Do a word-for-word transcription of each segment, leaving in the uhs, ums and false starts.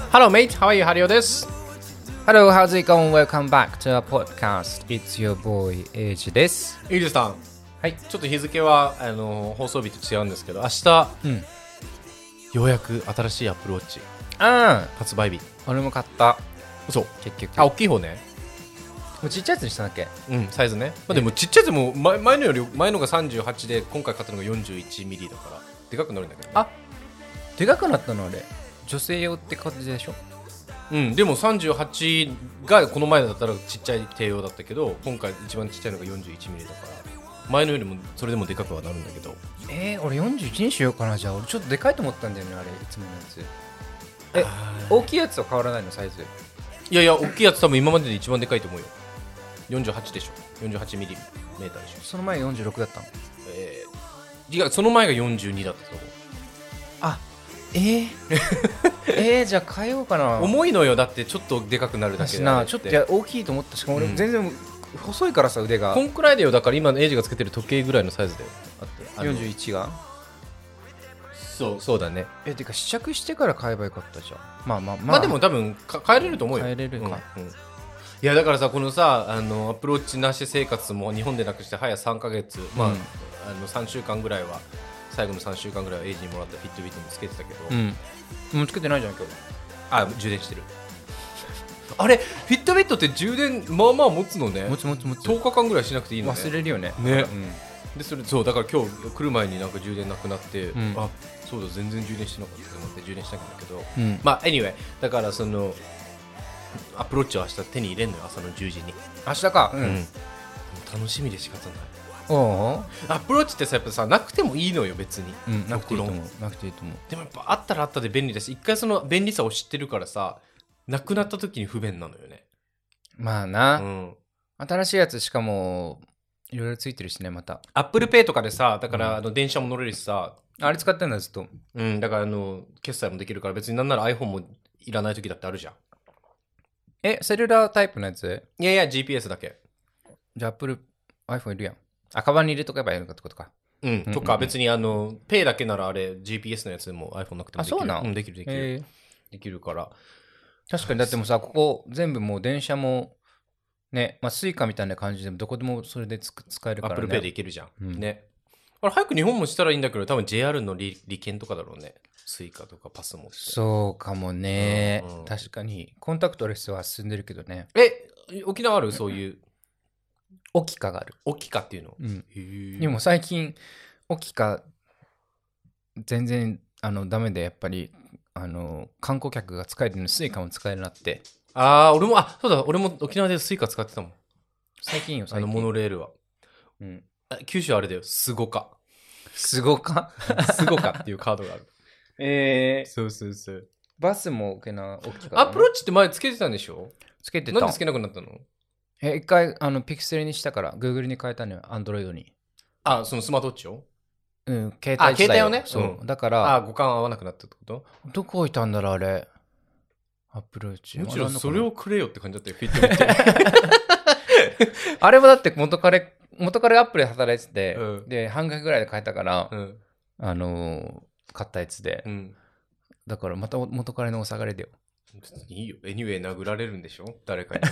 Hello, mate. How are you? ハリオです。 Hello, how's it going? Welcome back to our podcast. It's your boy, Age です。 エイジさん。 はい。 ちょっと日付はあの放送日と違うんですけど、明日、うん、ようやく新しい Apple Watch 発売日。 俺も買った。 そう。 結局。 あ、大きい方ね。 もうちっちゃいやつにしたんだっけ？ うん、サイズね。まあ、でもちっちゃいやつも前前のより前のがさんじゅうはちで、今回買ったのがよんじゅういちミリだからでかくなるんだけど、ね。 あ、でかくなったのあれ。女性用って感じでしょ？ うん、でもさんじゅうはちがこの前だったらちっちゃい低用だったけど、今回一番ちっちゃいのがよんじゅういちミリだから前のよりもそれでもでかくはなるんだけど。 えー、俺よんじゅういちにしようかな。じゃあ俺ちょっとでかいと思ったんだよね、あれいつものやつ。え、大きいやつは変わらないのサイズ？ いやいや、大きいやつ多分今までで一番でかいと思うよ。よんじゅうはちでしょ。よんじゅうはちミリメーターでしょ。 その前よんじゅうろくだったの？ えー、違う、その前がよんじゅうにだったと思う。 あ、えー、えー、じゃあ変えようかな。 重いのよ、だってちょっとでかくなるだけでな。ちょっとや大きいと思った。しかも俺全然細いからさ、腕がこんくらいだよ。だから今のエイジがつけてる時計ぐらいのサイズだよ。あってよんじゅういちがそうそうだね。 え、てか試着してから買えばよかったじゃん。まあまあまあ、 まあでも多分か変えれると思うよ。 変えれるか、 うんうん、いやだからさ、このさ、あのアップルウォッチなし生活も日本でなくして早さんかげつ、まあ、うん、あのさんしゅうかんぐらいは、最後のさんしゅうかんぐらいはエイジにもらったフィットビットにつけてたけど、うん、 もうつけてないじゃん今日。 あ、充電してる。あれ、フィットビットって充電まあまあ持つのね。 持つ持つ持つ。 とおかかんぐらいしなくていいのね。 忘れるよね。 ね。うん、でそれそうだから今日来る前になんか充電なくなって、うん、あ、そうだ全然充電してなかったと思って充電したんだけど、うん、まあ anyway だからそのアプローチを明日手に入れるのよ、朝のじゅうじに。 明日か。 うん。うん、楽しみで仕方ない。 おう、 アプローチってさ、やっぱさ、なくてもいいのよ別に。 うん、なくていいと思う。なくていいと思う。 でもやっぱあったらあったで便利だし、一回その便利さを知ってるからさ、なくなった時に不便なのよね。 まあな、 うん、 新しいやつしかもいろいろついてるしね、また。 アップルペイとかでさ、だからあの電車も乗れるしさ、 うん、あれ使ってんだずっと。 うん、だからあの決済もできるから、別になんなら iPhone もいらない時だってあるじゃん。 え、セルラータイプのやつ？ いやいや ジーピーエス だけ。 じゃあ Apple iPhone いるやん。あ、カバンに入れとけばいいのかってことか。 うん、うんうんうん、とか別にあのペイだけならあれ ジーピーエス のやつも iPhone なくてもできる。 あ、そうなん？ うん、できるできる、えー、できるから。 確かに。だってもさ、ここ全部もう電車もね、まあ、スイカみたいな感じでもどこでもそれでつ使えるからね。 アップルペイでいけるじゃん、うん、ね。あれ早く日本もしたらいいんだけど、多分 ジェイアール の 利, 利権とかだろうね。スイカとかパスも。 そうかもね、 うんうん、 確かにコンタクトレスは進んでるけどね。 え、沖縄ある？そういうオキカがある。 オキカっていうの？ うん。でも最近オキカ全然あのダメで、やっぱりあの観光客が使えるのにスイカも使えるなって。 ああ、俺も、あ、そうだ、俺も沖縄でスイカ使ってたもん。 最近よ、最近。 あのモノレールは。うん。九州あれだよ、スゴカ。 スゴカスゴカっていうカードがある。 えー。 そうそうそう。 バスも沖縄、大きかった、ね。 アプローチって前つけてたんでしょ？ つけてた。 なんでつけなくなったの？ え、一回、あの、ピクセルにしたから、Google に変えたのよ、Android に。 あ、そのスマートウォッチを？ うん、携帯自体を。 あ、携帯をね。 そう。 うん、 だから。 あ、互換合わなくなったってこと？ どこ置いたんだろう、あれ。アプローチ。 むしろそれをくれよって感じだったよ、フィットビット。 あれもだって元彼、元彼アップルで働いてて、 うん、 で、半額ぐらいで買えたから、 うん、 あのー、買ったやつで。うん、だからまた元彼のお下がりだよ。 いいよ。anyway 殴られるんでしょ？誰かに。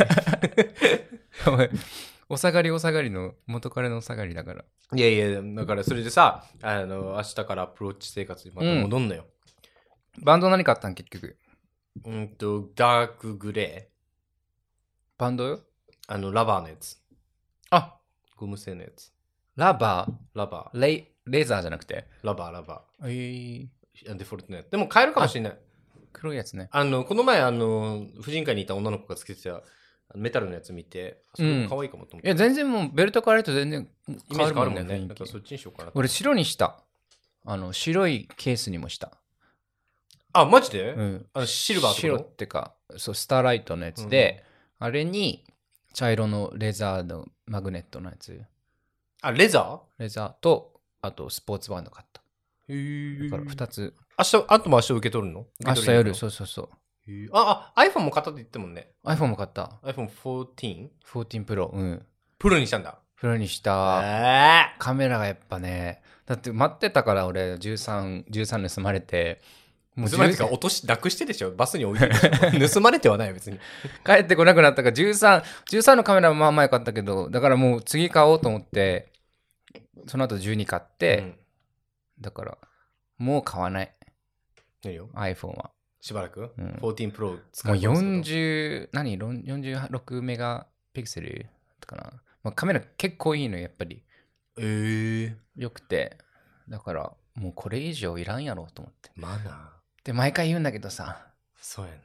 お下がりお下がりの元彼のお下がりだから。 いやいや、だからそれでさ、あの、明日からアプローチ生活にまた戻んのよ。 うん、バンド何買ったん結局？ うんと、ダークグレー。 バンドよ？ あの、ラバーのやつ。 あ、 ゴム製のやつ。 ラバー？ ラバー。 レイ、レーザーじゃなくて？ ラバー、ラバー。えー。デフォルトのやつ。でも買えるかもしれない。 黒いやつね。 あの、この前、あの、婦人科にいた女の子がつけてたメタルのやつ見て、それ可愛いかもと思って、 うん。いや、全然もうベルト変えると全然変わるもんね。イメージ変わるもんね。なんかそっちにしようかな。 俺白にした。あの、白いケースにもした。 あ、マジで？ うん。 あのシルバーとか？ 白ってか、そう、スターライトのやつで、うん、あれに茶色のレザーのマグネットのやつ。 あ、レザー？ レザーと、あとスポーツバンド買った。 へー。 だからふたつ。 明日、あとも明日受け取るの？ 明日夜、そうそうそう。 あ、あ、iPhone も買ったって言ってもんね。 iPhone も買った。 アイフォンフォーティーン？ フォーティーン Pro。うん。 プロにしたんだ。 プロにした。 えー、 カメラがやっぱね、だって待ってたから俺じゅうさん、じゅうさん盗まれて、 もう盗まれてか落とし、なくしてでしょバスに置いてるでしょ盗まれてはないよ、別に。 帰ってこなくなったから、じゅうさん、じゅうさんのカメラはまあまあ良かったけど、だからもう次買おうと思って、その後じゅうに買って、うん、だから、もう買わない。 何よ iPhone は。 しばらく、うん、じゅうよん Pro 使う。もうよんじゅう、何 ?よんじゅうろくメガピクセルかな。まあ、カメラ結構いいのよ、やっぱり。 えー。 よくて。だから、もうこれ以上いらんやろうと思って。 マナー。 で、毎回言うんだけどさ。 そうやね。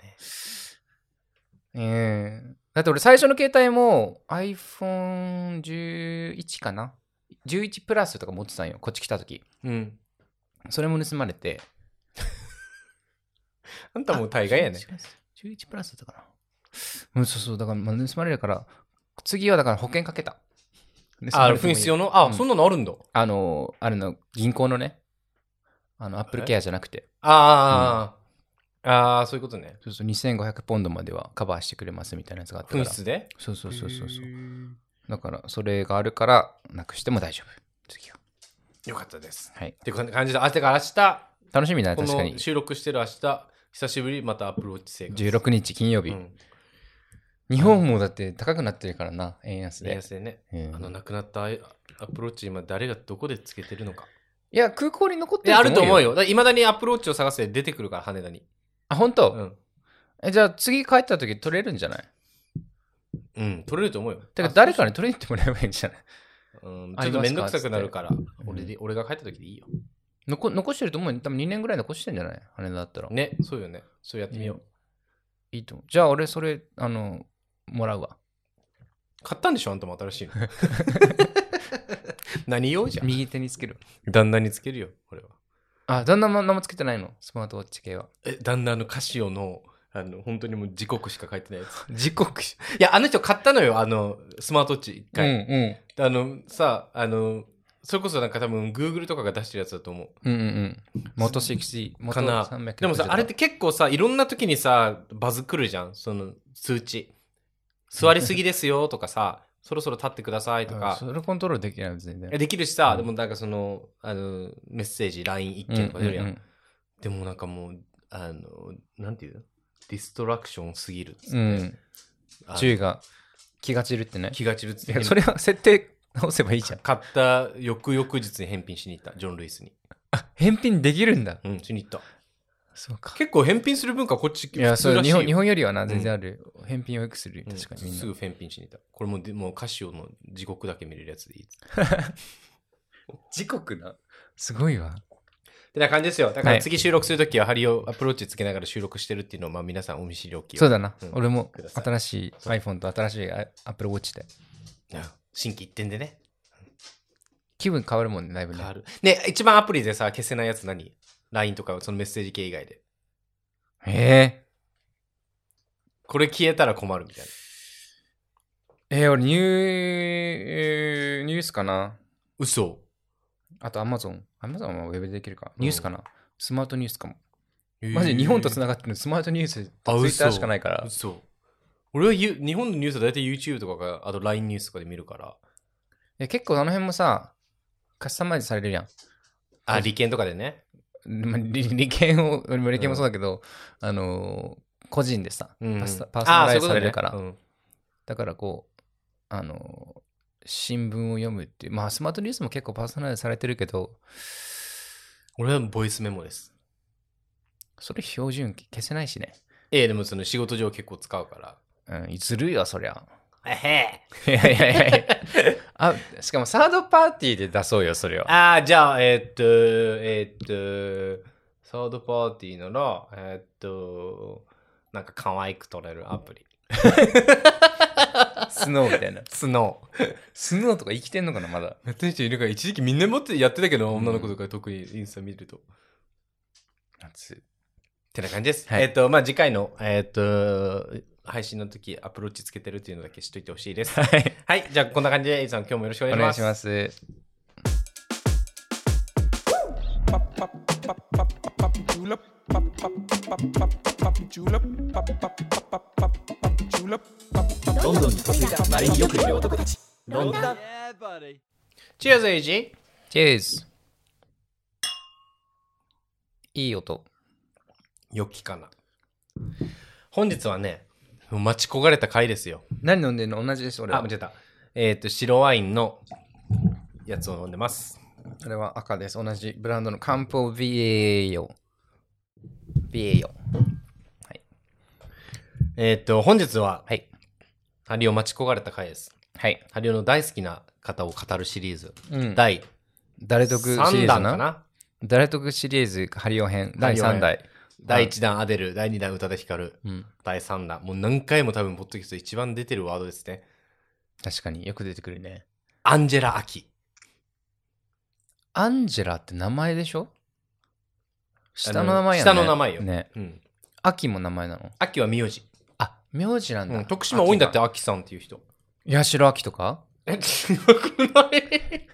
ええー。だって俺最初の携帯も アイフォンじゅういち かな ?じゅういち プラスとか持ってたんよ。こっち来た時。 うん。 それも盗まれて。 あんたもう大概やね。 じゅういちプラスだったかな。うん、そうそう。だから、まあ、盗まれるから、次はだから保険かけた。 あ、紛失用のあ、うん、そんなのあるんだ。 あの、あるの、銀行のね。あの、アップルケアじゃなくて。 ああ、うん、ああ、そういうことね。 そうそう、にせんごひゃくポンドまではカバーしてくれますみたいなやつがあったから。 紛失でそうそうそうそうそう。だから、それがあるから、なくしても大丈夫。次は。 よかったです。 はい。 っていう感じで、明日から明日。 楽しみだね、確かに。 収録してる明日。久しぶりまたアップルウォッチ生活じゅうろくにち金曜日、うん、日本もだって高くなってるからな、円安で円安でね、うん、あの亡くなったアップルウォッチ今誰がどこでつけてるのか。 いや空港に残ってると思うよ。 あると思うよ。いまだにアップルウォッチを探せ出てくるから羽田に。 あ本当、うん、えじゃあ次帰った時取れるんじゃない？ うん取れると思うよ。 だから誰かに取りに行ってもらえばいいんじゃない？ うん、ちょっとめんどくさくなるから俺で、うん、俺が帰った時でいいよ。 残, 残してると思うよ。多分にねんぐらい残してるんじゃない？羽田だったら。 ね、そうよね。そうやってみよう。 いいと思う。じゃあ俺それ、あの、もらうわ。 買ったんでしょあんたも新しいの。何用じゃん。 右手につける。 旦那につけるよ、これは。 あ、旦那も何もつけてないの？スマートウォッチ系は。 え、旦那のカシオの、あの、本当にもう時刻しか書いてないやつ。 時刻しいや、あの人買ったのよ、あの、スマートウォッチ一回。 うんうん。 あの、さ、あの、それこそなんか多分 Google とかが出してるやつだと思う。 うんうんうん。モトろくじゅう、 かな。でもさ、あれって結構さ、いろんな時にさ、バズ来るじゃん。その通知。座りすぎですよとかさ、そろそろ立ってくださいとか。 それコントロールできない全然。 できるしさ、うん、でもなんかその、あの、メッセージ、ライン 一件とか出るやん。うんうんうん、でもなんかもう、あの、なんていうの？ディストラクションすぎるっつって。うん、 注意が、気が散るってね。 気が散るっつって。 いや、それは設定、直せばいいじゃん。 買った翌々日に返品しに行った、ジョン・ルイスに。 あ、返品できるんだ。 うん、しに行った。 そうか。 結構返品する文化こっちいや、そう、日本、日本よりはな、全然ある。うん、返品をよくする。確かにみんな。 すぐ返品しに行った。これも、もうカシオの時刻だけ見れるやつでいい。 時刻な。すごいわ。 ってな感じですよ。だから次収録するときはハリをアプローチつけながら収録してるっていうのを、まあ皆さんお見知りおきを。 そうだな。うん、俺も新しい iPhone と新しい Apple Watch で。 新規一点でね。 気分変わるもんね、だいぶね。 変わる。ね、一番アプリでさ、消せないやつ何？ ライン とかそのメッセージ系以外で。 へえ。 これ消えたら困るみたいな。 えー、俺ニュー、えー、ニュースかな。 嘘。 あと Amazon。Amazon はウェブでできるか。ニュースかな。うん、スマートニュースかも。マジ日本と繋がってるスマートニュースと Twitter しかないから。 嘘。俺は日本のニュースは大体 YouTube とかが、あと ライン ニュースとかで見るから。 いや結構あの辺もさ、カスタマイズされるやん。 あ、利権とかでね。 まあ、利, 利権を、利権もそうだけど、うん、あのー、個人でさ、うん、パ, パーソナライズされるから。ううねうん、だからこう、あのー、新聞を読むっていう。まあ、スマートニュースも結構パーソナライズされてるけど、 俺はボイスメモです。 それ標準消せないしね。 ええ、でもその仕事上結構使うから。 うん、ずるいわ、そりゃ。 えへいやいやいやいやあ、しかもサードパーティーで出そうよ、それは。 ああ、じゃあ、えー、っと、えー、っと、サードパーティーなら、えー、っと、なんか可愛く撮れるアプリ。 スノーみたいな。 スノー。スノーとか生きてんのかな、まだ。 やってる人いるから、一時期みんな持ってやってたけど、うん、女の子とか特にインスタ見ると。 夏。 ってな感じです。はい、えー、っと、まあ、次回の、えー、っと、配信の時アプローチつけてるっていうのだけ知っといてほしいです。はい。はい。じゃあこんな感じで、エイさん今日もよろしくお願いします。 お願いします。 ロンドンに嫁いだまれによくいる男たち。ロンドン。 チェアーズエイジ。 チェーズ。いい音。 良きかな。本日はね、待ち焦がれた回ですよ。 何飲んでんの？同じです、俺は。 あ、間違えた。えっと、白ワインのやつを飲んでます。 これは赤です。同じブランドのカンポビエヨ。ビエヨ。はい。 えっと、本日は、 はい。 ハリオ待ち焦がれた回です。 はい。 ハリオの大好きな方を語るシリーズ。 うん、 第誰得シリーズさんだんかな。 誰得シリーズハリオ編だいさんだい。 だいいちだんアデル、だいにだん宇多田ヒカル、うん、だいさんだん。もう何回も多分ポッドキャスト一番出てるワードですね。 確かによく出てくるね。 アンジェラ・アキ。 アンジェラって名前でしょ？下の名前やね。下の名前よ。 ね。うん。アキも名前なの？ アキは名字。 あ、名字なんだ。うん、 徳島多いんだって、アキさんっていう人。 八代アキとか？ え、違くない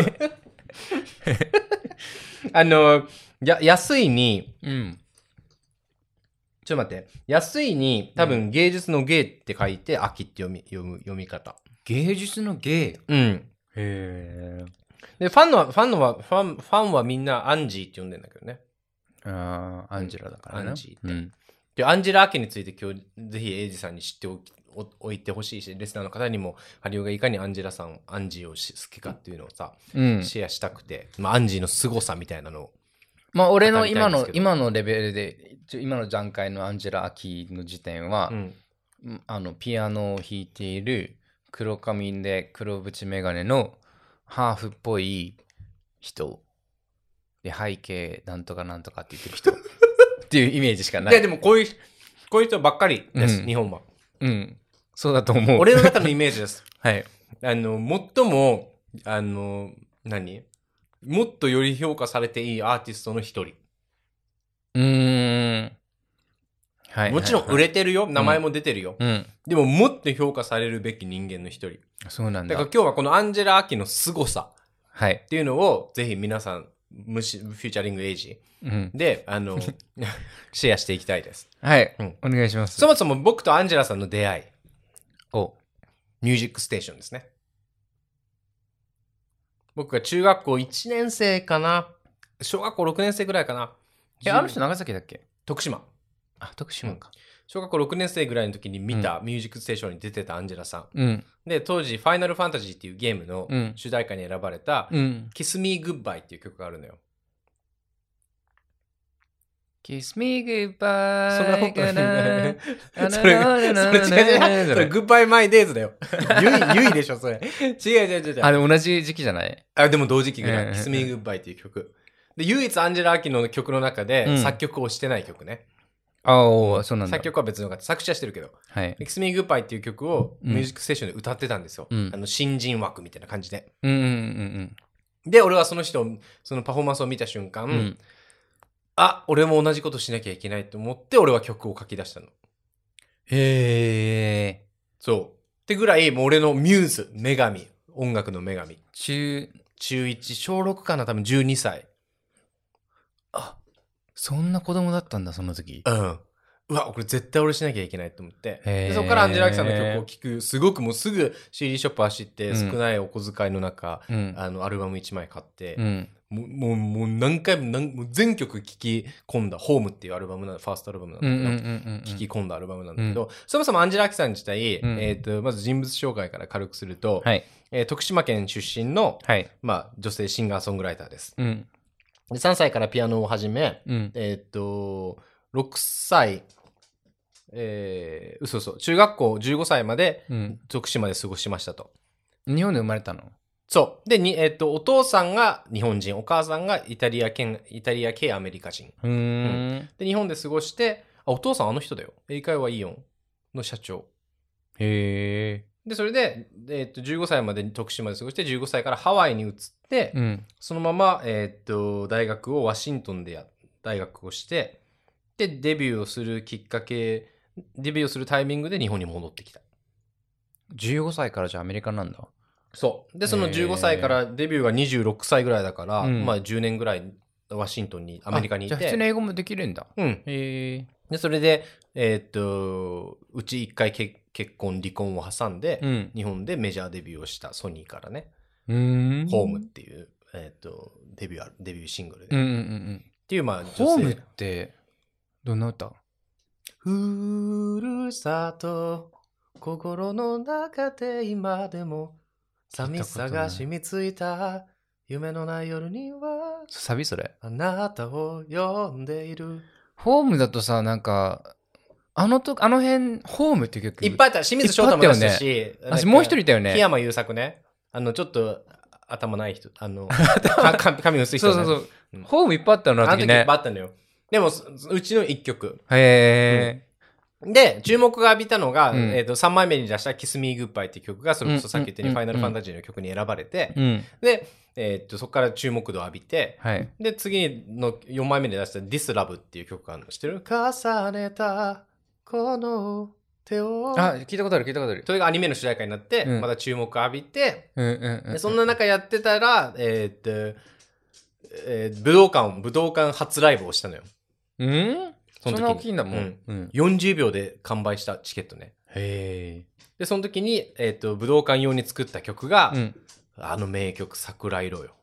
あの、や、安いに、うん。ちょっと待って。安いに、多分芸術の芸って書いて、秋って読み、読む、読み方。 芸術の芸？ うん。へえ。で、ファンの、ファンのは、ファン、ファンはみんなアンジーって呼んでんだけどね。 ああ、アンジェラだからね。 アンジーって。うん、で、アンジェラ・アキについて今日、ぜひエイジさんに知っておき、お、おいてほしいし、レスナーの方にも、ハリオがいかにアンジェラさん、アンジーを好きかっていうのをさ、うん、シェアしたくて、まあ、アンジーの凄さみたいなのを。 まあ、俺の今の、今のレベルで、今の段階のアンジェラ・アキの時点は、うん、あの、ピアノを弾いている、黒髪で黒縁メガネのハーフっぽい人。で、背景なんとかなんとかって言ってる人。っていうイメージしかない。 いや、でもこういう、こういう人ばっかりです、うん、日本は。 うん。そうだと思う。 俺の中のイメージです。 はい。 あの、最も、あの、何もっとより評価されていいアーティストの一人。 うーん。はい。 もちろん売れてるよ。はい、名前も出てるよ、うん。でももっと評価されるべき人間の一人。 そうなんだ。 だから今日はこのアンジェラ・アキの凄さ。はい。っていうのを、ぜひ皆さん、むし、フューチャリングエイジ。うん、で、あの、シェアしていきたいです。 はい、うん。お願いします。 そもそも僕とアンジェラさんの出会い。お。ミュージックステーションですね。僕が中学校いちねん生かな。小学校ろくねん生ぐらいかな。 え、あの人長崎だっけ？ 徳島。 あ、徳島か、うん。 小学校ろくねん生ぐらいの時に見た、うん、ミュージックステーションに出てたアンジェラさん。うん、で、当時、ファイナルファンタジーっていうゲームの主題歌に選ばれた、うん、Kiss Me Goodbye っていう曲があるのよ。 Kiss me goodbye. それは本当にね。それ、それ違う違う。それ、Goodbye My Days だよ。ゆい、ゆいでしょ、それ。違う違う違う違う。 あ、でも同じ時期じゃない？ あ、でも同時期ぐらい。Kiss Me Goodbye っていう曲。で、唯一アンジェラ・アキの曲の中で作曲をしてない曲ね。 ああ、そうなんだ。 作曲は別の方、作詞はしてるけど。はい。Kiss Me Goodbye っていう曲をミュージックステーションで歌ってたんですよ。あの、新人枠みたいな感じで。うんうんうんうん。で、俺はその人、そのパフォーマンスを見た瞬間、あ、俺も同じことしなきゃいけないと思って、俺は曲を書き出したの。 へー。 そう。ってぐらい、もう俺のミューズ、女神、音楽の女神。 中、 中いち、小ろくかな、多分じゅうにさい。 あ、そんな子供だったんだ、その時。 うん。うわ、これ絶対俺しなきゃいけないと思って。でそこからアンジェラ・アキさんの曲を聴く、すごくもうすぐ シーディー ショップ走って、うん、少ないお小遣いの中、うん、あの、アルバムいちまい買って、うんもう、もう、もう何回も何、もう全曲聴き込んだ、ホームっていうアルバムな、ファーストアルバムなんだけど、うんうんうんうん、聴き込んだアルバムなんだけど、うん、そもそもアンジェラ・アキさん自体、うん、えっと、まず人物紹介から軽くすると、はいえー、徳島県出身の、はい、まあ、女性シンガーソングライターです。うん、でさんさいからピアノを始め、うん、えっと、ろくさい、えー、嘘嘘、中学校じゅうごさいまで、徳島で過ごしましたと。 日本で生まれたの？ そう。で、に、えっと、お父さんが日本人、お母さんがイタリア系、イタリア系アメリカ人。うーん、うん。で、日本で過ごして、あ、お父さんあの人だよ。英会話イオンの社長。 へー。 で、それで、えっと、じゅうごさいまで徳島で過ごして、じゅうごさいからハワイに移って、うん、そのまま、えっと、大学をワシントンでや、大学をして、で、デビューをするきっかけ、デビューをするタイミングで日本に戻ってきた。 じゅうごさいからじゃあアメリカなんだ。 そう。で、そのじゅうごさいからデビューがにじゅうろくさいぐらいだから、うん、まあじゅうねんぐらいワシントンに、アメリカにいて。 じゃあ普通に英語もできるんだ。 うん。へで、それで、えー、っと、うち一回結婚、離婚を挟んで、うん、日本でメジャーデビューをしたソニーからね。 うーん。 ホームっていう、えー、っと、デビュー、デビューシングルで。 うんうんうん。 っていう、まあ女性。 ホームってどんな歌？ ふるさと心の中で今でも寂しさが染みついた夢のない夜にはサビそれあなたを呼んでいる。 ホームだとさ、なんかあのとあの辺ホームっていう曲いっぱいあった。清水翔太も出したし、 私もう一人いたよね。 檜山優作ね。あのちょっと頭ない人、あのか髪薄い人、ね、 そうそうそう、うん、ホームいっぱいあったのあの時ね。 あの時いっぱいあったのよ。でもうちのいっきょく。 へー。 うんで、注目が浴びたのが、うん、えっと、さんまいめに出した Kiss Me Goodbye っていう曲が、それこそさっき言ったようにファイナルファンタジーの曲に選ばれて、うん、で、えっと、そこから注目度を浴びて、はい、で、次のよんまいめに出した This Love っていう曲があるの知ってる？重ねた、この手を。 あ、聞いたことある、聞いたことある。 それがアニメの主題歌になって、うん、また注目を浴びて、 うんうんうんうん、 でそんな中やってたら、えー、っと、えー、武道館、武道館初ライブをしたのよ。 うんそんな大きいんだもん、うんうん、よんじゅうびょうで完売したチケットね。 へー。 でその時に、えー、と武道館用に作った曲が、うん、あの名曲桜色よ。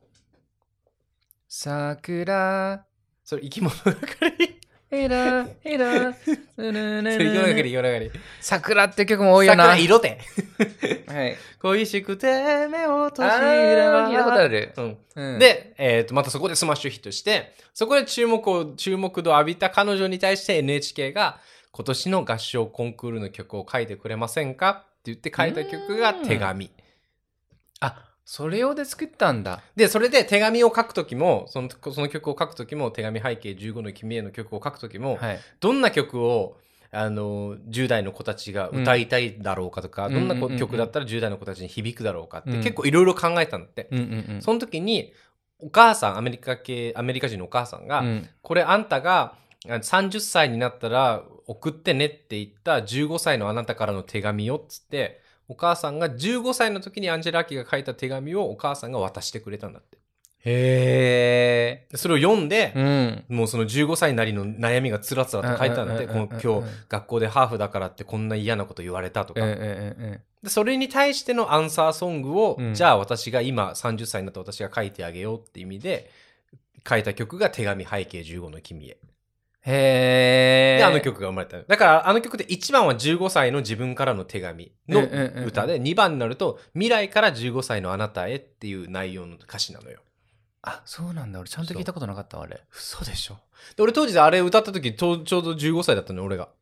桜それ生き物がかりえらえらそれ生き物がかり生き物がかり桜って曲も多いよな。 桜色ではい恋しくて目を閉じれば聞いたことある、 うんうん、で、えー、とまたそこでスマッシュヒットしてそこで注目を注目度を浴びた彼女に対して エヌエイチケー が今年の合唱コンクールの曲を書いてくれませんかって言って書いた曲が手紙。 あ、それ用で作ったんだ。 でそれで手紙を書くときもその、その曲を書くときも手紙背景じゅうごの君への曲を書くときも、はい、どんな曲をあのじゅう代の子たちが歌いたいだろうかとか、うん、どんな曲だったらじゅう代の子たちに響くだろうかって、うん、結構いろいろ考えたんだって、うんうんうん、その時にお母さんアメリカ系アメリカ人のお母さんが、うん、これあんたがさんじゅっさいになったら送ってねって言ったじゅうごさいのあなたからの手紙よっつってお母さんがじゅうごさいの時にアンジェラ・アキが書いた手紙をお母さんが渡してくれたんだって。 へー。 それを読んで、うん、もうそのじゅうごさいなりの悩みがつらつらと書いてあるんだって、この今日学校でハーフだからってこんな嫌なこと言われたとか、でそれに対してのアンサーソングを、うん、じゃあ私が今さんじゅっさいになった私が書いてあげようって意味で書いた曲が手紙背景じゅうごの君へ。 へー。 であの曲が生まれた。だからあの曲でいちばんはじゅうごさいの自分からの手紙の歌で、にばんになると未来からじゅうごさいのあなたへっていう内容の歌詞なのよ。 あ、そうなんだ。俺ちゃんと聞いたことなかったわあれ。 嘘でしょ。で俺当時であれ歌った時ちょうどじゅうごさいだったのよ俺が。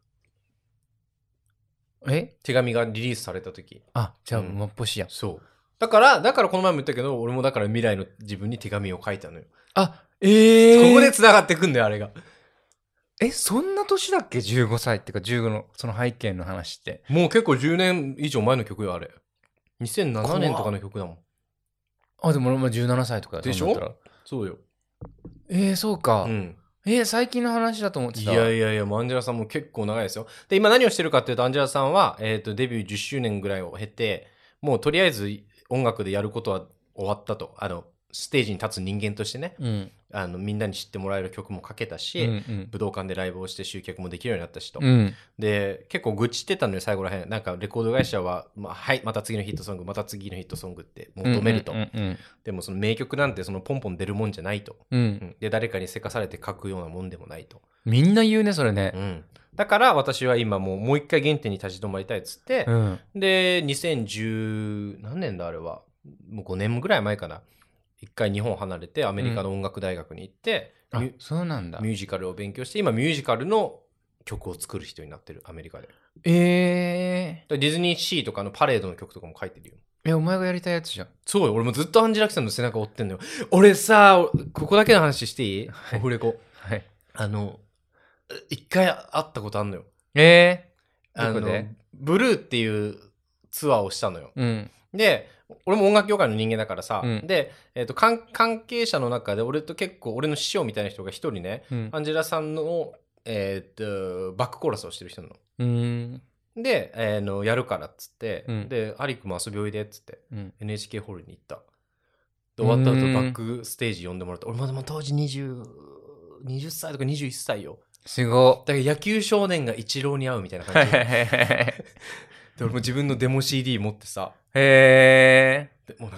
え？ 手紙がリリースされた時。 あ、じゃあもっぽしや、うん。 そう。だからだからこの前も言ったけど俺もだから未来の自分に手紙を書いたのよ。 あ、えー。 ここで繋がってくんだよあれが。 え、そんな年だっけ？じゅうごさいってかじゅうごのその背景の話って。 もう結構じゅうねん以上前の曲よあれ。にせんななねんとかの曲だもん。 あ、でも俺もじゅうななさいとかでしょ？そ, そうよ。 えー、そうか。 うん。 えー、最近の話だと思ってた。 いやいやいや、アンジェラさんも結構長いですよ。で、今何をしてるかっていうと、アンジェラさんは、えっと、デビューじゅっしゅうねんぐらいを経て、もうとりあえず音楽でやることは終わったと。あの、ステージに立つ人間としてね、うん、あのみんなに知ってもらえる曲も書けたし、うんうん、武道館でライブをして集客もできるようになったしと、うん、で結構愚痴ってたのよ最後らへん。なんかレコード会社は、まあ、はいまた次のヒットソングまた次のヒットソングって求めると、うんうんうんうん、でもその名曲なんてそのポンポン出るもんじゃないと、うんうん、で誰かにせかされて書くようなもんでもないと。 みんな言うねそれね、 うん、だから私は今もうもう一回原点に立ち止まりたいっつって、うん、でにせんじゅう何年だあれはもうごねんぐらい前かな、一回日本離れてアメリカの音楽大学に行って、 うん、あ、そうなんだ。 ミュージカルを勉強して今ミュージカルの曲を作る人になってるアメリカで。 えー、ディズニーシーとかのパレードの曲とかも書いてるよ。 え、お前がやりたいやつじゃん。 そうよ、俺もずっとアンジェラ・アキさんの背中追ってんのよ。俺さ、ここだけの話していい？はい、オフレコ。はい。あの一回会ったことあんのよ。 えー、あのブルーっていうツアーをしたのよ。うん、で俺も音楽業界の人間だからさ、うん、で、えーと、関, 関係者の中で俺と結構俺の師匠みたいな人が一人ね、うん、アンジェラさんの、えー、とバックコーラスをしてる人なの。うんで、えー、のやるからっつって、うん、でアリクも遊びおいでっつって、うん、エヌエイチケー ホールに行った。で終わった後バックステージ呼んでもらって、俺もでも当時にじゅう、にじゅっさいとかにじゅういっさいよ。 すごい。だから野球少年がイチローに会うみたいな感じで俺も自分のデモ シーディー 持ってさ、 へー。 でもうなんかもう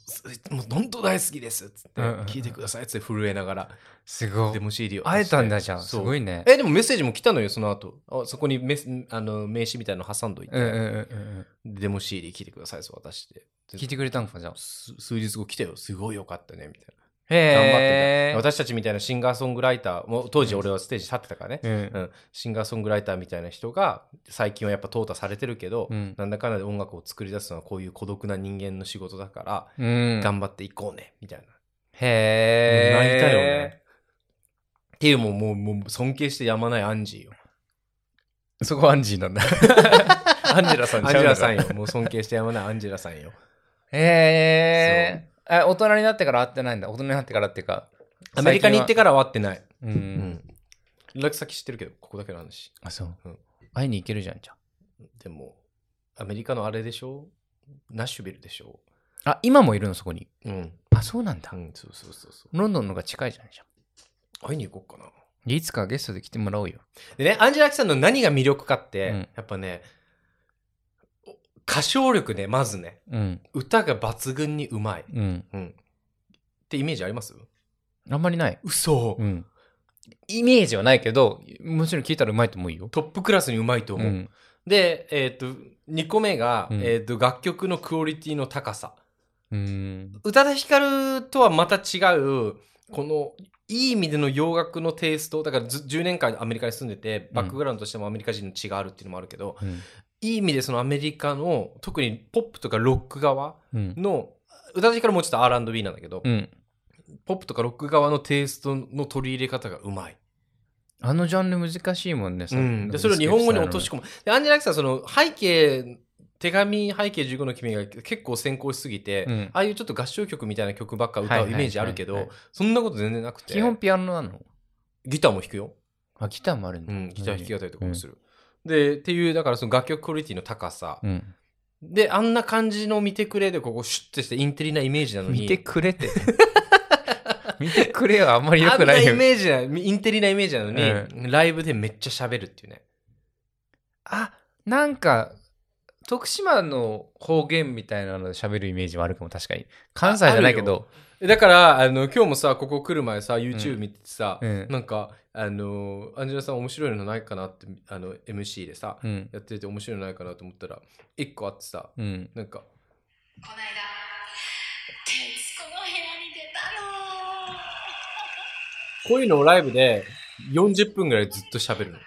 もう本当大好きですっつって、うん、聞いてくださいっつって震えながらすごいデモ シーディー を会えたんだじゃんすごいね。 えでもメッセージも来たのよその後あそこにメあの名刺みたいなの挟んどいて、うんうんうんうん、デモ シーディー 聞いてくださいそう渡して聞いてくれたんかじゃあ数日後来たよすごいよかったねみたいなへ頑張って私たちみたいなシンガーソングライターも当時俺はステージ立ってたからね、うんうん、シンガーソングライターみたいな人が最近はやっぱ淘汰されてるけど、うん、なんだかんだで音楽を作り出すのはこういう孤独な人間の仕事だから、うん、頑張っていこうねみたいなへー泣いたよねっていうもうもうもう尊敬してやまないアンジーよそこアンジーなんだアンジェラさんアンジェラさんよもう尊敬してやまないアンジェラさんよへーえ大人になってから会ってないんだ大人になってからっていうかアメリカに行ってからは会ってないうん、うん、連絡先知ってるけどここだけの話あそう、うん、会いに行けるじゃんじゃんでもアメリカのあれでしょナッシュビルでしょあ今もいるのそこにうんあそうなんだ、 うん、そうそうそうそうロンドンのが近いじゃんじゃん会いに行こうかないつかゲストで来てもらおうよでねアンジェラ・アキさんの何が魅力かって、うん、やっぱね歌唱力ねまずね、うん、歌が抜群にうまい、うんうん、ってイメージあります？ あんまりない嘘、 うん、イメージはないけどもちろん聞いたらうまいと思うよトップクラスにうまいと思う、うん、で、えー、とにこめが、うんえー、と楽曲のクオリティの高さうん宇多田ヒカルとはまた違うこのいい意味での洋楽のテイストだからじゅうねんかんアメリカに住んでてバックグラウンドとしてもアメリカ人の血があるっていうのもあるけど、うん、いい意味でそのアメリカの特にポップとかロック側の、うん、宇多田ヒカルもちょっと アールアンドビー なんだけど、うん、ポップとかロック側のテイストの取り入れ方がうまいあのジャンル難しいもんね、 うん、でそれを日本語に落とし込むでアンジェラ・アキさんその背景手紙背景じゅうごの君が結構先行しすぎて、うん、ああいうちょっと合唱曲みたいな曲ばっか歌うイメージあるけど、はいはいはいはい、そんなこと全然なくて基本ピアノなのギターも弾くよあギターもあるんだ、 うん、ギター弾き語りとかもする、うん、でっていうだからその楽曲クオリティの高さ、うん、であんな感じの見てくれでここシュッてしてインテリなイメージなのに見てくれって見てくれはあんまり良くないよあんなイメージなインテリなイメージなのに、うん、ライブでめっちゃ喋るっていうねあなんか徳島の方言みたいなので喋るイメージはあるかも確かに関西じゃないけどだからあの今日もさここ来る前さ YouTube 見ててさ、うん、なんかあのアンジェラさん面白いのないかなってあの エムシー でさ、うん、やってて面白いのないかなと思ったら一個あってさ、うん、なんかこの間徹子の部屋に出たのこういうのをライブでよんじゅっぷんぐらいずっと喋るの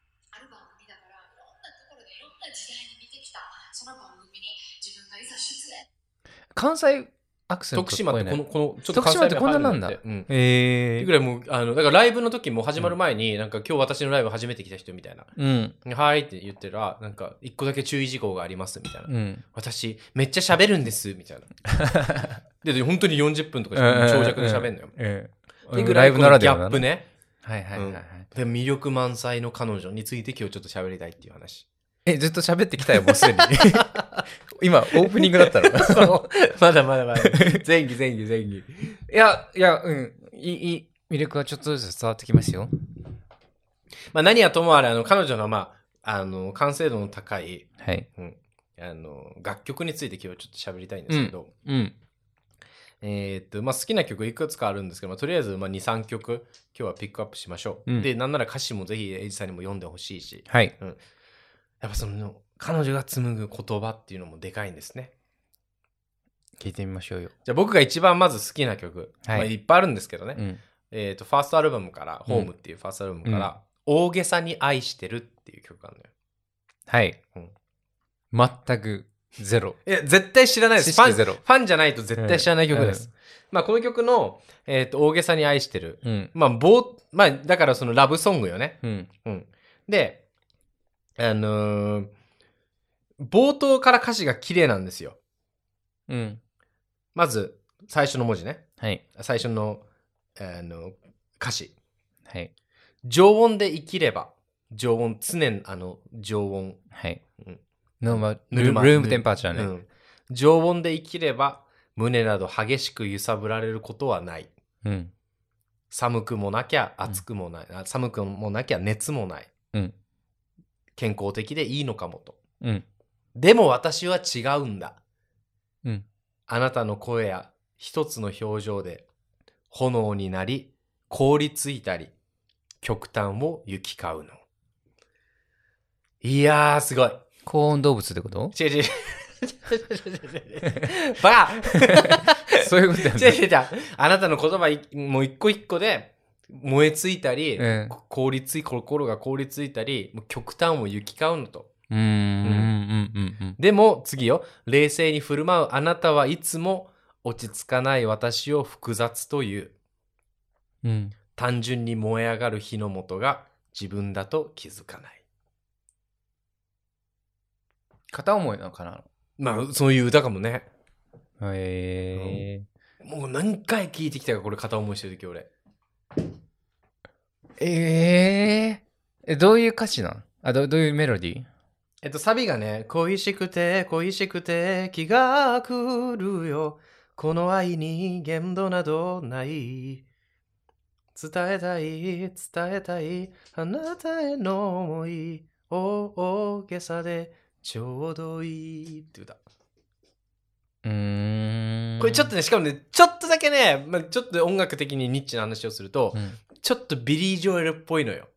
関西アクセント徳島ってこの、このちょっと関西弁こんななんだ。 うん。ええー。ぐらいもうあのだからライブの時も始まる前に、うん、なんか今日私のライブ初めて来た人みたいな。うん。はいって言ってらなんか一個だけ注意事項がありますみたいな。うん。私めっちゃ喋るんですみたいな。で本当によんじゅっぷんとか長尺で喋るのよ。ええー。でぐらいこのギャップね。 はいはいはいはい。 で魅力満載の彼女について今日ちょっと喋りたいっていう話。 え、ずっと喋ってきたよ、もうすでに。今、オープニングだったのそう。まだまだまだ。前期、前期、前期。 いや、いや、うん。いい、いい魅力はちょっとずつ伝わってきますよ。 まあ、何はともあれ、あの、彼女の、まあ、あの、完成度の高い、はい。うん。あの、楽曲について今日ちょっと喋りたいんですけど、うん。うん、えー、っと、まあ、好きな曲いくつかあるんですけど、まあ、とりあえず、まあ、に、さんきょく、今日はピックアップしましょう。うん、で、なんなら歌詞もぜひ、エイジさんにも読んでほしいし、はい。うん。やっぱその彼女が紡ぐ言葉っていうのもでかいんですね。 聞いてみましょうよ。 じゃあ僕が一番まず好きな曲、はい、まあ、いっぱいあるんですけどね、うん、えっとファーストアルバムから「ホームっていうファーストアルバムから「うん、大げさに愛してる」っていう曲があるのよ。 はい、うん、全くゼロ。 いや絶対知らないです。ファン、ファンじゃないと絶対知らない曲です。うんうん、まあこの曲の、えー、と大げさに愛してる、うん、まあぼまあだからそのラブソングよね。うんうん、であのー、冒頭から歌詞が綺麗なんですよ。うん。まず、最初の文字ね。はい。最初の、あの、歌詞。はい。常温で生きれば、常温、常あの、常温。はい。うん。 の、ま、ルームテンパーチャーね。うん。 常温で生きれば、胸など激しく揺さぶられることはない。うん。寒くもなきゃ、暑くもない。うん、寒くもなきゃ、熱もない。うん。健康的でいいのかもと、うん、でも私は違うんだ、うん、 あなたの声や一つの表情で炎になり凍りついたり極端を行き交うの。いやーすごい。 高温動物ってこと？ 違う違うバカそういうことやね。 違う違う違う。あなたの言葉もう一個一個で燃えついたり、 うん、 凍りつい心が凍りついたりもう極端を行き交うのと。 うーんうんうんうんうん。 でも次よ、冷静に振る舞うあなたはいつも落ち着かない私を複雑という、 うん、 単純に燃え上がる火の元が自分だと気づかない。 片思いなのかな。 まあそういう歌かもね。 へえ、 うん、もう何回聞いてきたかこれ片思いしてる時俺。 えー、どういう歌詞なんあ ど, どういうメロディー？ えっとサビがね、恋しくて恋しくて気が来るよ、この愛に限度などない、伝えたい伝えたいあなたへの思い、大げさでちょうどいいって歌。 うーん、 これちょっとね、しかもね、ちょっとだけね、まあ、ちょっと音楽的にニッチな話をすると、うん、ちょっとビリー・ジョエルっぽいのよ。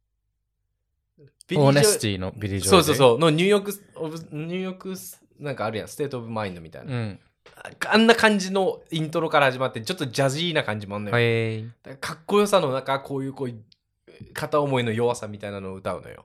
オーネスティのビリー・ジョエル。 そうそうそうのニューヨークオブニューヨークなんかあるやん、ステート・オブ・マインドみたいな、うん、あんな感じのイントロから始まってちょっとジャジーな感じもあんのよ。 へだからかっこよさの中、こういうこういう片思いの弱さみたいなのを歌うのよ。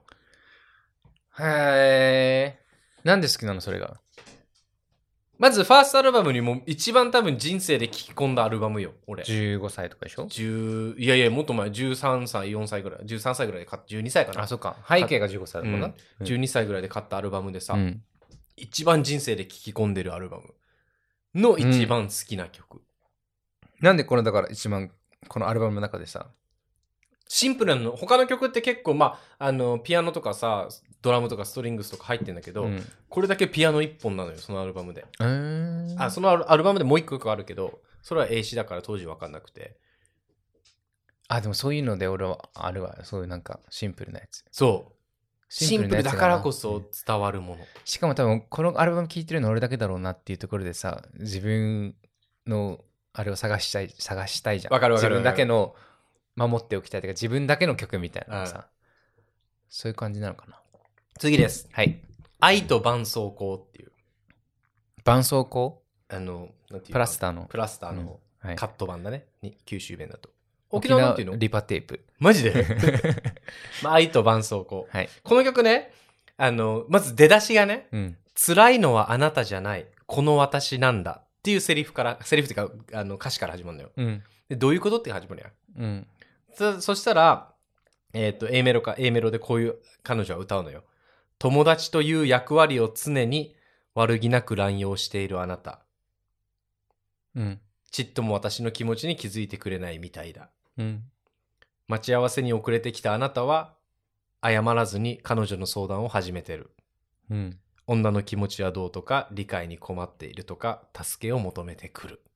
へえ。なんで好きなのそれが？ まずファーストアルバムにも一番多分人生で聴き込んだアルバムよ俺。 じゅうごさいとかでしょ？ じゅういやいやもっと前、じゅうさんさいよんさいぐらい、じゅうさんさいぐらいで買った、じゅうにさいかな。 あ、そっか、背景がじゅうごさいだもんな、 うん、じゅうにさいぐらいで買ったアルバムでさ、うん、一番人生で聴き込んでるアルバムの一番好きな曲、うん、 なんでこのだから一番このアルバムの中でさ、 シンプルなの。他の曲って結構まああのピアノとかさドラムとかストリングスとか入ってんだけど、うん、これだけピアノ一本なのよ、そのアルバムで。あ、そのアルバムでもう一個曲あるけど、それは英詞だから当時分かんなくて。 あ、でもそういうので俺はあるわ、そういうなんかシンプルなやつ。 そう、シンプルだからこそ伝わるもの、うん、 しかも多分このアルバム聴いてるの俺だけだろうなっていうところでさ、自分のあれを探したい探したいじゃん。 分かる分かる。 自分だけの守っておきたいというか、自分だけの曲みたいなのさ、うん、そういう感じなのかな。 次です。 はい。 愛と絆創膏っていう。 絆創膏？ あの、なんていうプラスターの。 プラスターのカット版だね。うん、はい、九州弁だと。 沖縄なんていうの？リパテープ。 マジでまあ、愛と絆創膏。 はい。 この曲ね、あの、まず出だしがね、 うん、 辛いのはあなたじゃない、この私なんだっていうセリフから、セリフっていうか、あの歌詞から始まるのよ。 うん、 でどういうことって始まるやん。うん。 そ, そしたら、えっと、A メロか、A メロでこういう彼女は歌うのよ。友達という役割を常に悪気なく乱用しているあなた。 うん。 ちっとも私の気持ちに気づいてくれないみたいだ。 うん。 待ち合わせに遅れてきたあなたは、謝らずに彼女の相談を始めてる。 うん。 女の気持ちはどうとか、理解に困っているとか、助けを求めてくる。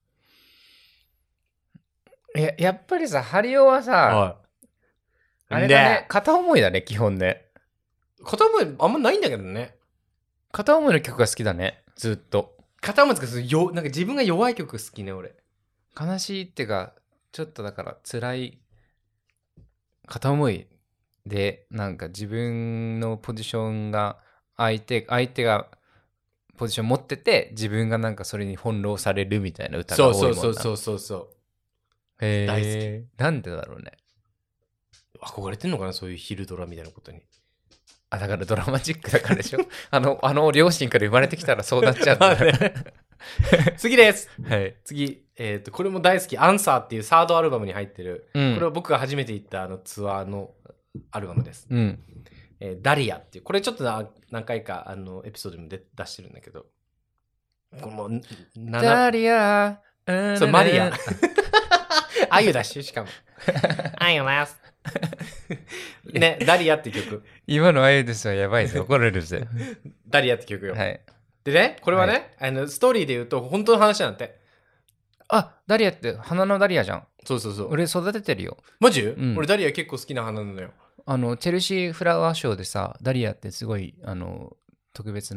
や, やっぱりさ、ハリオはさ、あれだね、片思いだね、基本ね。 片思いあんまないんだけどね。 片思いの曲が好きだね、ずっと。 片思いですけど、よなんか自分が弱い曲好きね、俺。 悲しいってか、ちょっとだから辛い片思いで、なんか自分のポジションが相手、相手がポジション持ってて、自分がなんかそれに翻弄されるみたいな歌が多いもんな。 そうそうそうそうそう。 へー、 大好き。なんでだろうね。 憧れてんのかな、そういう昼ドラみたいなことに。 あ、だからドラマチックだからでしょあの、あの両親から生まれてきたらそうなっちゃうんだね。 次です。 はい。 次、えっと、これも大好き、アンサーっていうサードアルバムに入ってる、 うん、 これは僕が初めて行ったあのツアーのアルバムです。 うん。 えー、ダリアっていう、これちょっとな何回かあのエピソードでも出してるんだけど、このダリア、 そう、マリア。あゆだし、しかも。あゆです。ね、ダリアって曲。 今のあゆですはやばいぜ、怒られるぜ。 ダリアって曲よ。 はい。 でね、これはね、はい、あのストーリーで言うと本当の話なんて。 あ、ダリアって花のダリアじゃん。 そうそうそう。 俺育ててるよ。 マジ？ うん、 俺ダリア結構好きな花なのよ。 あのチェルシーフラワーショーでさ、ダリアってすごいあの特別な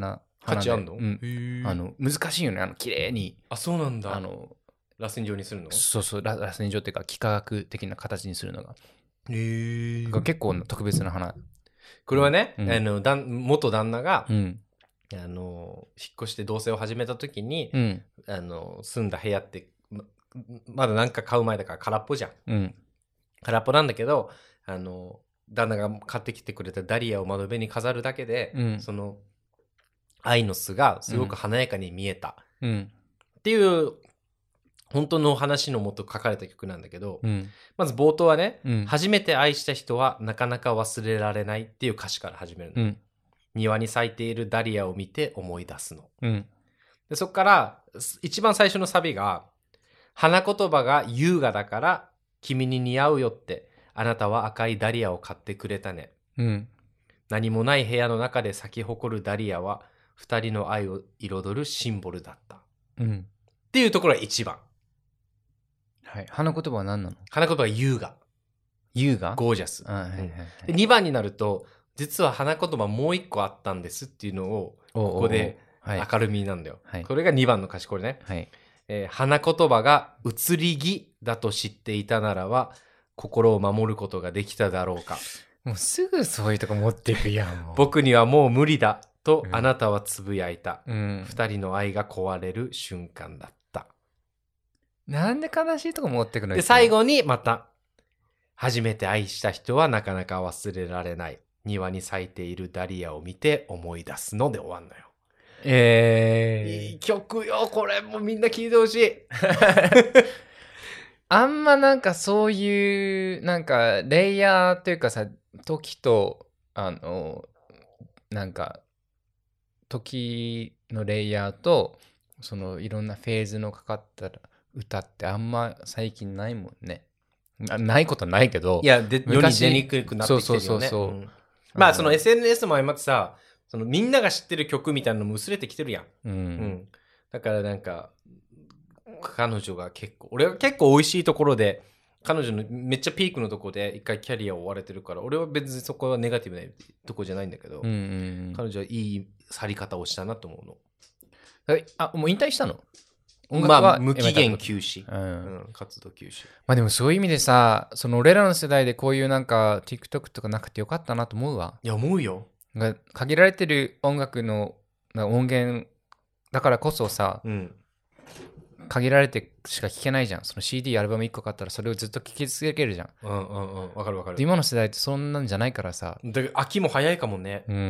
価値あんの、 うん、あの難しいよね、あの綺麗に。 あ、そうなんだ。 あの螺旋状にするの？ そうそう、螺旋状っていうか幾何学的な形にするのが。 へー。 結構特別な花。 これはね、 うん、 あのだん元旦那が、 うん、 あの引っ越して同棲を始めた時に、 うん、 あの住んだ部屋ってま、まだなんか買う前だから空っぽじゃん。 うん、 空っぽなんだけど、あの旦那が買ってきてくれたダリアを窓辺に飾るだけで、 うん、 その愛の巣がすごく華やかに見えた、 うん、 っていう本当の話のもと書かれた曲なんだけど、 うん、 まず冒頭はね、 うん、 初めて愛した人はなかなか忘れられないっていう歌詞から始めるの、うん、庭に咲いているダリアを見て思い出すの、うん、でそこから一番最初のサビが、花言葉が優雅だから君に似合うよって、あなたは赤いダリアを買ってくれたね、うん、何もない部屋の中で咲き誇るダリアは二人の愛を彩るシンボルだった、うん、っていうところが一番。 はい、花言葉は何なの？ 花言葉は優雅。 優雅？ ゴージャス。 はいはいはい、 でにばんになると、実は花言葉もう一個あったんですっていうのを、ここで明るみなんだよ。はい、これがにばんの歌詞、これね。はい、えー、花言葉が移り気だと知っていたならば、心を守ることができただろうか。 もうすぐそういうとこ持っていくやん。 僕にはもう無理だとあなたはつぶやいた。うん、二人の愛が壊れる瞬間だった。 なんで悲しいとこ持ってくの？ で、最後にまた、初めて愛した人はなかなか忘れられない。庭に咲いているダリアを見て思い出すので終わんのよ。 えー、 いい曲よ、これもうみんな聴いてほしい。 あんまなんかそういうなんかレイヤーというかさ、時とあのなんか時のレイヤーとそのいろんなフェーズのかかった歌ってあんま最近ないもんね。ないことはないけど、 いや、で世に出にくくなってきてるよね。そうそうそうそう、うん、まあその エスエヌエス も相まってさ、そのみんなが知ってる曲みたいなのも薄れてきてるやん、うんうん、だからなんか彼女が結構、俺は結構美味しいところで、彼女のめっちゃピークのところで一回キャリアを追われてるから、俺は別にそこはネガティブなとこじゃないんだけど、うんうんうん、彼女はいい去り方をしたなと思うの。 あ、もう引退したの？ 音楽はまあ無期限休止、うんうん、活動休止。 まあでもそういう意味でさ、その俺らの世代でこういうなんか TikTok とかなくてよかったなと思うわ。 いや思うよ。 限られてる音楽の音源だからこそさ、うん、限られてしか聴けないじゃん。その シーディー アルバムいっこ買ったらそれをずっと聴き続けるじゃん。 うんうんうん、わかるわかる。 今の世代ってそんなんじゃないからさ。 だから秋も早いかもね。うん、うん、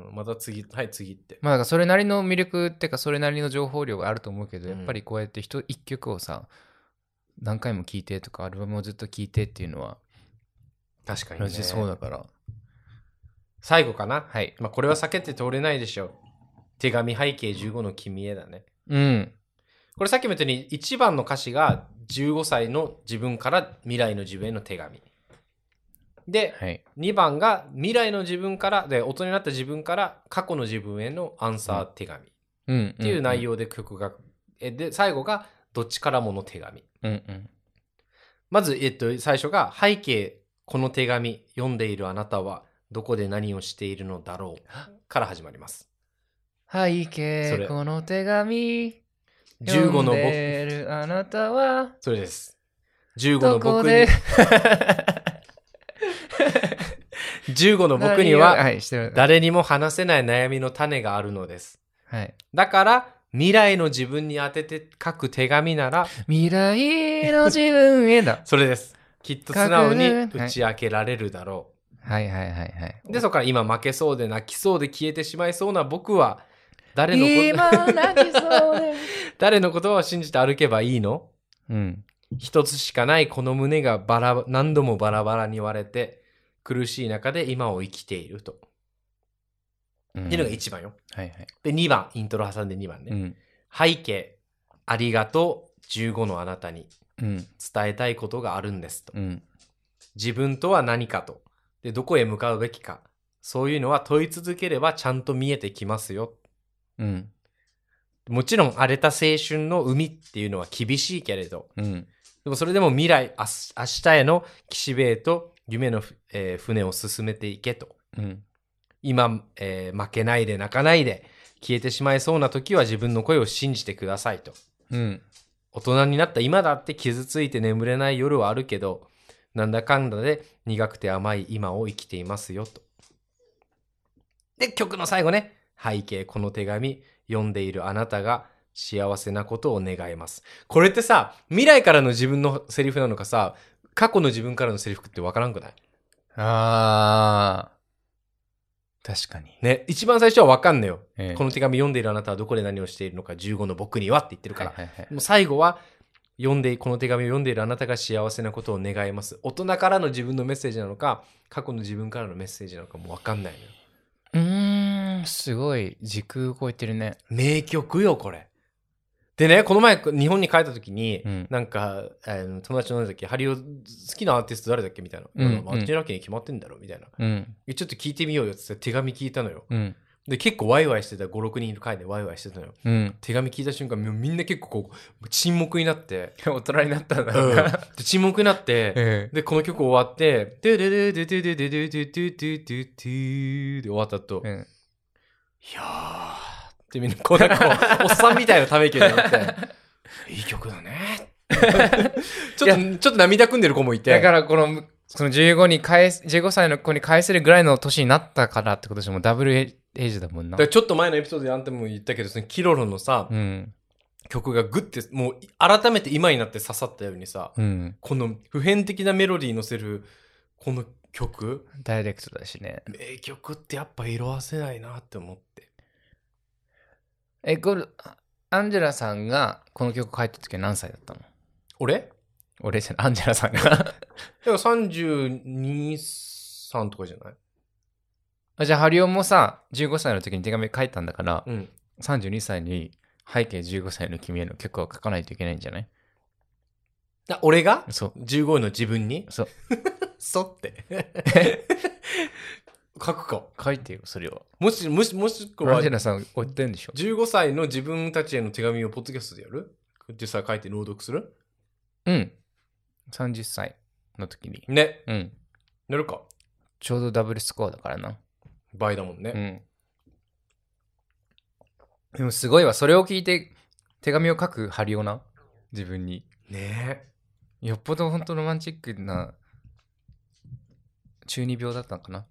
また次、はい次って。 まあだからそれなりの魅力っていうかそれなりの情報量があると思うけど、うん、やっぱりこうやって一一曲をさ何回も聴いてとかアルバムをずっと聴いてっていうのは確かにね。 そうだから。 最後かな。 はい。 まあこれは避けて通れないでしょう。手紙背景じゅうごの君へだね。 うん。 これさっきも言ったようにいちばんの歌詞がじゅうごさいの自分から未来の自分への手紙で、はい、にばんが未来の自分からで大人になった自分から過去の自分へのアンサー手紙っていう内容で曲が、うんうん、で最後がどっちからもの手紙、うんうん、まず、えっと、最初が背景この手紙読んでいるあなたはどこで何をしているのだろうから始まります。 背景この手紙じゅうごの僕あなたはそれですじゅうごの僕にじゅうごの僕には誰にも話せない悩みの種があるのです、はい、だから未来の自分に当てて書く手紙なら未来の自分へだそれです。きっと素直に打ち明けられるだろう、はい、はいはいはいはいでそこから今負けそうで泣きそうで消えてしまいそうな僕は誰の今泣きそうで誰の言葉を信じて歩けばいいの、うん、一つしかないこの胸がバラ何度もバラバラに割れて苦しい中で今を生きていると、うん、っていうのがいちばんよ、はいはい、でにばんイントロ挟んでにばんね、うん、背景ありがとうじゅうごのあなたに伝えたいことがあるんですと、うん、自分とは何かとでどこへ向かうべきかそういうのは問い続ければちゃんと見えてきますよ、うん、もちろん荒れた青春の海っていうのは厳しいけれど、うん、でもそれでも未来明日への岸辺へと夢の、えー、船を進めていけと、うん、今、えー、負けないで泣かないで消えてしまいそうな時は自分の声を信じてくださいと。 うん。 大人になった今だって傷ついて眠れない夜はあるけど、なんだかんだで苦くて甘い今を生きていますよと。で、曲の最後ね。背景、この手紙、読んでいるあなたが幸せなことを願います。これってさ、未来からの自分のセリフなのかさ、過去の自分からのセリフってわからんくない？ あー。確かに。 ね、一番最初はわかんねよ、 ええ。 この手紙読んでいるあなたはどこで何をしているのかじゅうごの僕にはって言ってるから。 はいはいはい、 もう最後は、読んで、この手紙を読んでいるあなたが幸せなことを願います。大人からの自分のメッセージなのか、過去の自分からのメッセージなのかもわかんないのよ。 うーん、すごい時空超えてるね。 名曲よ、これ。でね、この前、日本に帰った時に、うん、なんか、あの友達の何だっけ、ハリオ好きなアーティスト誰だっけみたいな。うん、マッチンラッキーに決まってんだろみたいな、うん。ちょっと聞いてみようよって手紙聞いたのよ。うん、で、結構ワイワイしてた、ご、ろくにんいる会でワイワイしてたのよ。うん、手紙聞いた瞬間、みんな結構こう、沈黙になって。 大人になったんだろうな、うん。 で、沈黙になって、ええ、で、この曲終わって、ドゥドゥドゥドゥドゥドゥドゥドゥドゥドゥドゥドゥドゥで終わった後、うん、いやーってみんなこうなんかおっさんみたいなため息になって、いい曲だねちょっとちょっと涙ぐんでる子もいて、 だからこのそのじゅうごに返すじゅうごさいの子に返せるぐらいの年になったからってことでしょ。もうダブルエイジだもんな。 だからちょっと前のエピソードであんたも言ったけど、そのキロロのさ、うん、曲がグッてもう改めて今になって刺さったようにさ、うん、この普遍的なメロディー乗せるこの曲、 ダイレクトだしね。 名曲ってやっぱ色あせないなって思って。 え、これアンジェラさんがこの曲書いた時は何歳だったの？ 俺？ 俺じゃない、アンジェラさんがだからさんじゅうに、さんとかじゃない？ あ、じゃあハリオもさじゅうごさいの時に手紙書いたんだから、うん、さんじゅうにさいに背景じゅうごさいの君への曲を書かないといけないんじゃない？ あ、俺が？ そう。 じゅうごの自分に？ そう。 そうって書くか。 書いてよ、それは。 もし、もし、もしくは。アンジェラさん言ってんでしょ。 じゅうごさいの自分たちへの手紙をポッドキャストでやる？実際書いて朗読する？ うん。さんじゅっさいの時に。 ね。 うん。 やるか。 ちょうどダブルスコアだからな。 倍だもんね。 うん。でもすごいわ。それを聞いて手紙を書くハリオな。自分に。 ねえ。よっぽど本当ロマンチックな中二病だったのかな。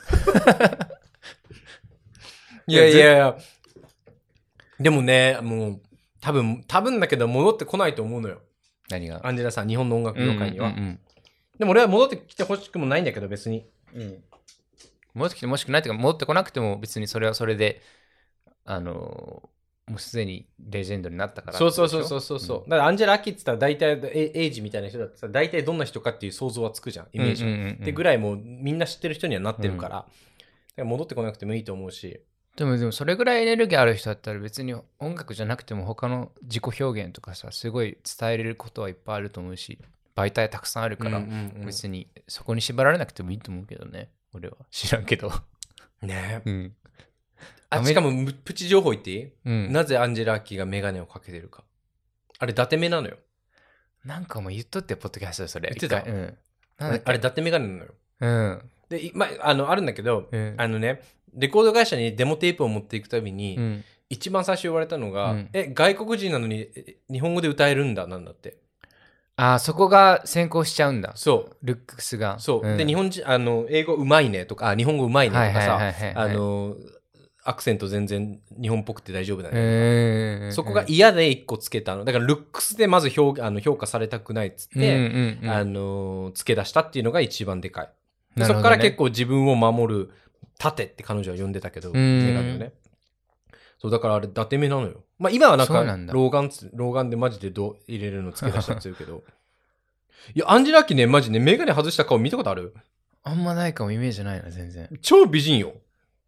いやいやいや。でもね、もう多分、多分だけど戻ってこないと思うのよ。 何が？ アンジェラさん、日本の音楽業界には。 うんうんうん、 でも俺は戻ってきてほしくもないんだけど、別に。 うん、戻ってきてほしくないというか、戻ってこなくても別にそれはそれで、あのー、もうすでにレジェンドになったから。 そうそうそうそうそうそう、うん。だからアンジェラ・アキって言ったら大体エイジみたいな人だってさ、大体どんな人かっていう想像はつくじゃん、イメージ。うんうんうんうん、ってぐらいもうみんな知ってる人にはなってるから、うん、だから戻ってこなくてもいいと思うし。 でもでもそれぐらいエネルギーある人だったら別に音楽じゃなくても他の自己表現とかさ、すごい伝えれることはいっぱいあると思うし、媒体たくさんあるから、うんうんうん、別にそこに縛られなくてもいいと思うけどね。俺は知らんけどねえ、うん、あ、しかもプチ情報言っていい？うん、なぜアンジェラ・アキがメガネをかけてるか。あれ伊達目なのよ。 なんかもう言っとってポッドキャストでそれ言ってた、うん、あれ伊達メガネなのよ。 うんで、まあ、あのあるんだけど、うん、あのねレコード会社にデモテープを持っていくたびに、うん、一番最初言われたのが、うん、え外国人なのに日本語で歌えるんだなんだって。 ああ、そこが先行しちゃうんだ。 そう。 ルックスが。 そう。うん、で、日本人、あの、英語うまいねとか、あ日本語うまいねとかさ、あの、アクセント全然日本っぽくて大丈夫だね、えー。そこが嫌で一個つけたの。だから、ルックスでまず評あの評価されたくないっつって、うんうんうん、あの、つけ出したっていうのが一番でかい。で、ね、そこから結構自分を守る盾って彼女は呼んでたけど、メガネをね。そうだからあれ伊達目なのよ。まあ今はなんか老眼つ老眼でマジでど入れるのつけ出したって言うけど、いやアンジェラ・アキねマジねメガネ外した顔見たことある？ あんまないかも、イメージないな全然。 超美人よ。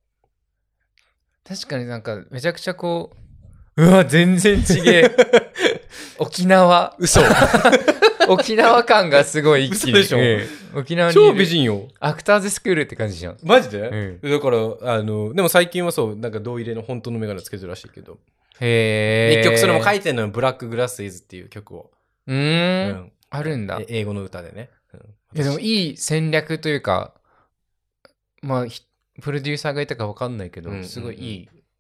確かになんかめちゃくちゃこう、うわ全然違え。沖縄嘘。 沖縄感がすごい一気に。 嘘でしょ、ええ、沖縄に超美人よ。 アクターズスクールって感じじゃん。 マジで、うん、だからあのでも最近はそうなんか同入れの本当のメガネつけてるらしいけど。 へえ。 一曲それも書いてるのよ。ブラックグラスイズっていう曲を。 うーん、うん、あるんだ。 英語の歌でね、うん、いやでもいい戦略というか、まあプロデューサーがいたか分かんないけど、うんうんうん、すごいいい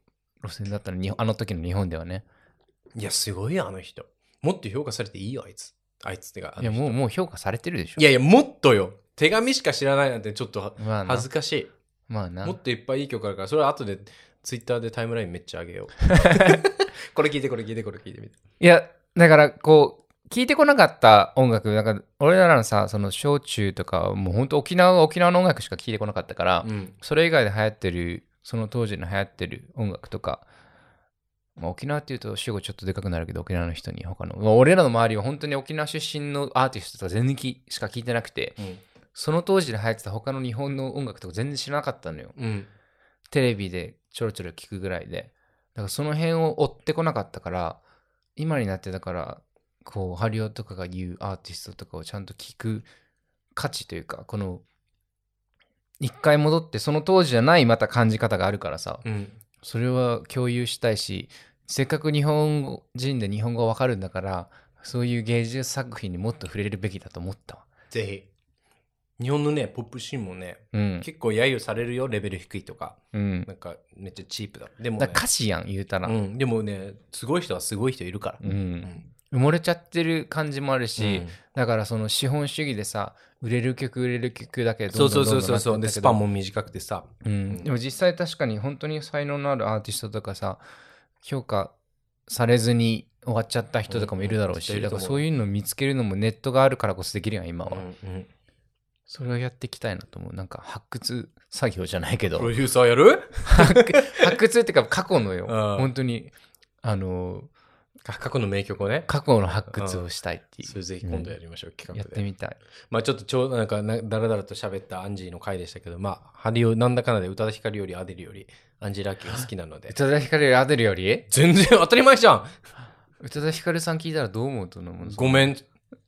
路線だったのに、あの時の日本ではね。 いやすごいよあの人。もっと評価されていいよあいつ。あいつってか。 いやもうもう評価されてるでしょ。 いやいやもっとよ。手紙しか知らないなんてちょっと恥ずかしい。 まあな。 もっといっぱいいい曲あるから、それは後でツイッターでタイムラインめっちゃ上げよう。これ聞いてこれ聞いてこれ聞いてみて。 いやだからこう聞いてこなかった音楽、だから俺らのさその小中とかもう本当沖縄は沖縄の音楽しか聞いてこなかったから、うん、それ以外で流行ってるその当時の流行ってる音楽とか、まあ、沖縄っていうと主語ちょっとでかくなるけど沖縄の人に他の、まあ、俺らの周りは本当に沖縄出身のアーティストとか全然しか聞いてなくて、うん、その当時で流行ってた他の日本の音楽とか全然知らなかったのよ、うん、テレビでちょろちょろ聞くぐらいで、だからその辺を追ってこなかったから今になってだからこうハリオとかが言うアーティストとかをちゃんと聞く価値というか、この一回戻ってその当時じゃないまた感じ方があるからさ、うん、それは共有したいし、せっかく日本人で日本語わかるんだからそういう芸術作品にもっと触れるべきだと思ったわ。 ぜひ。日本のねポップシーンもね、うん、結構揶揄されるよ、レベル低いとか、うん、なんかめっちゃチープだ。でも、ね、 だ歌詞やん言うたら、 うん、でもねすごい人はすごい人いるから、うんうん、 埋もれちゃってる感じもあるし、うん、だからその資本主義でさ売れる曲売れる曲だけどんどんどんどんそうそうそうそう、でスパンも短くてさ、 うんうん、でも実際確かに本当に才能のあるアーティストとかさ評価されずに終わっちゃった人とかもいるだろうし、うんうん、だからそういうのを見つけるのもネットがあるからこそできるやん今は、うんうん、それをやっていきたいなと思う。なんか発掘作業じゃないけどプロデューサーやる発掘っていうか過去のよ、うん、本当にあの過去の名曲をね、 過去の発掘をしたいっていう、 うん、それぜひ今度やりましょう、うん、企画でやってみたい。 まあちょっとちょうどなんかだらだらと喋ったアンジーの回でしたけど、まあハリオなんだかんだで宇多田ヒカルよりアデルよりアンジーラッキーが好きなので。 宇多田ヒカルよりアデルより全然当たり前じゃん。 宇多田ヒカルさん聞いたらどう思うと思うの？ ごめん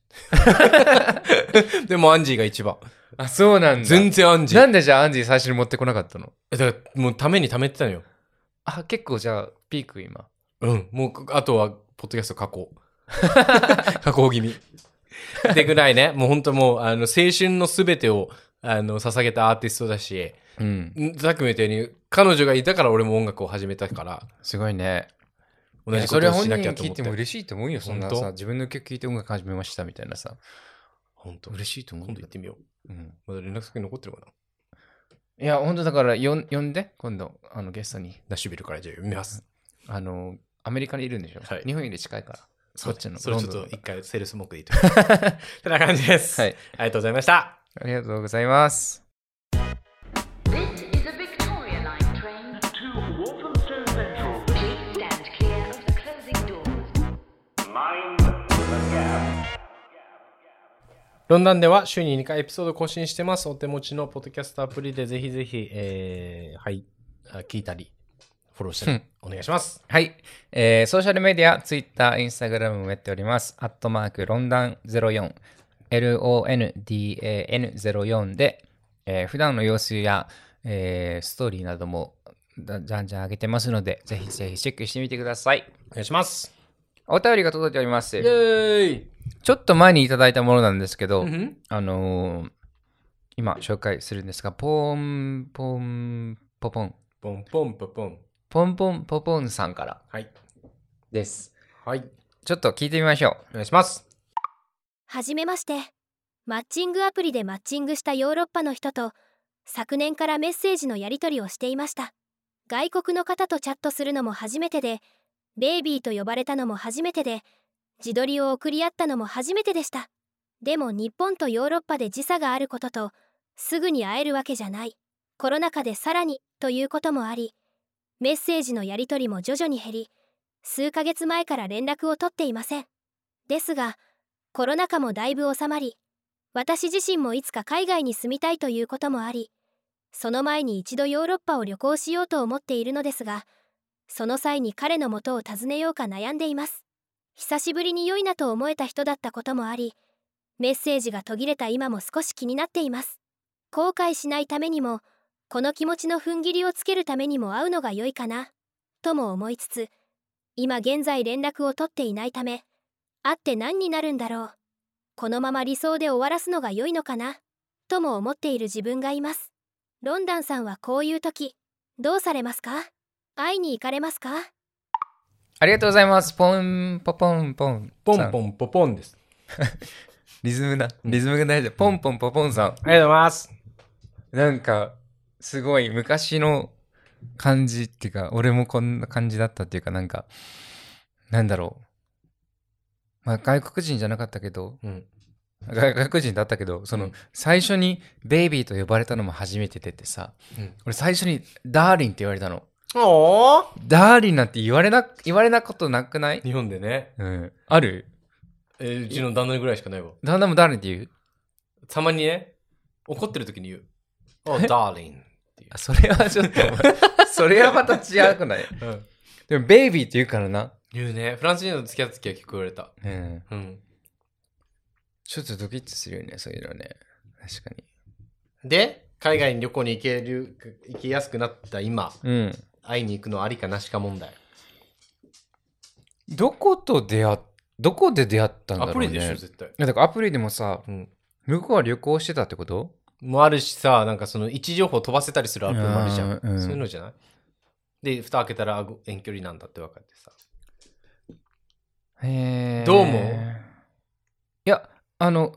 でもアンジーが一番。 あ、そうなんだ。 全然アンジー。 なんでじゃあアンジー最初に持ってこなかったの？ え、だからもうためにためてたのよ。 あ、結構じゃあピーク今。 うん、もうあとはポッドキャスト加工加工気味ってぐらいね、もう本当もうあの青春のすべてをあの捧げたアーティストだし、うん、さっきも言ったように彼女がいたから俺も音楽を始めたから。 すごいね。 同じことをしなきゃと思って。それ本人聞いても嬉しいと思うよ。そんなさ自分の曲聴いて音楽始めましたみたいなさ。 本当嬉しいと思う。 今度行ってみよう。うん。まだ連絡先残ってるかな。 いや本当だからよ呼んで今度あのゲストに。 ナッシュビルからじゃあ読みます。 あのアメリカにいるんでしょ、はい、日本より近いから。 そっちのそれちょっと一回セールスモークでいいと思います。てな感じです、はい、ありがとうございました。 ありがとうございます。 ロンダンでは週ににかいエピソード更新してます。お手持ちのポッドキャストアプリでぜひぜひ、えー、はい聞いたりフォローしたりお願いします。 はい、えー、ソーシャルメディア、ツイッター、インスタグラムもやっております。アットマークロンダンゼロよん、エルオーエヌディーエーエヌゼロよん で、えー、普段の様子や、えー、ストーリーなどもじゃんじゃん上げてますので、ぜひぜひチェックしてみてください。 お願いします。 お便りが届いております。 イェーイ。 ちょっと前にいただいたものなんですけど、あのー、今紹介するんですが、ポンポンポポンポンポンポポンポンポンポポンさんからです。 はい。 ちょっと聞いてみましょう。 お願いします。 はじめまして。マッチングアプリでマッチングしたヨーロッパの人と昨年からメッセージのやり取りをしていました。外国の方とチャットするのも初めてで、ベイビーと呼ばれたのも初めてで、自撮りを送り合ったのも初めてでした。でも日本とヨーロッパで時差があることと、すぐに会えるわけじゃない、コロナ禍でさらにということもあり、メッセージのやり取りも徐々に減り、数ヶ月前から連絡を取っていません。ですが、コロナ禍もだいぶ収まり、私自身もいつか海外に住みたいということもあり、その前に一度ヨーロッパを旅行しようと思っているのですが、その際に彼の元を訪ねようか悩んでいます。久しぶりに良いなと思えた人だったこともあり、メッセージが途切れた今も少し気になっています。後悔しないためにも、この気持ちの踏ん切りをつけるためにも会うのが良いかなとも思いつつ、今現在連絡を取っていないため、会って何になるんだろう、このまま理想で終わらすのが良いのかなとも思っている自分がいます。ロンダンさんはこういう時どうされますか？ 会いに行かれますか？ ありがとうございます。ポンポポンポンポンポンポポンです。 リズムだ。リズムが大事だ。ポンポンポポンさん。ありがとうございます。 なんか、すごい昔の感じっていうか、俺もこんな感じだったっていうか、なんか、なんだろう。まあ、外国人じゃなかったけど、うん、外国人だったけど、その、うん、最初にベイビーと呼ばれたのも初めてでってさ、うん、俺最初にダーリンって言われたの。 おーダーリンなんて言われな、言われなことなくない？ 日本でね。 うん。ある？ えー、うちの旦那ぐらいしかないわ。 旦那もダーリンって言う？ たまにね、怒ってる時に言う。お、ダーリンっていう。 それはちょっと、それはまた違うくない？うん。でも、ベイビーって言うからな。 言うね。フランス人と付き合った時は結構言われた。 うん。うん。ちょっとドキッとするよね、そういうのね。確かに。 で、海外に旅行に行ける、行きやすくなった今、 うん。 会いに行くのありかなしか問題。 どこと出会っ、どこで出会ったんだろうね。 アプリでしょ、絶対。いや、だからアプリでもさ、うん、向こうは旅行してたってこと？ もあるしさ、なんかその位置情報飛ばせたりするアプリもあるじゃん。うん、そういうのじゃない？で、蓋開けたら遠距離なんだって分かってさ。 へー。 どう思う？ いや、あの、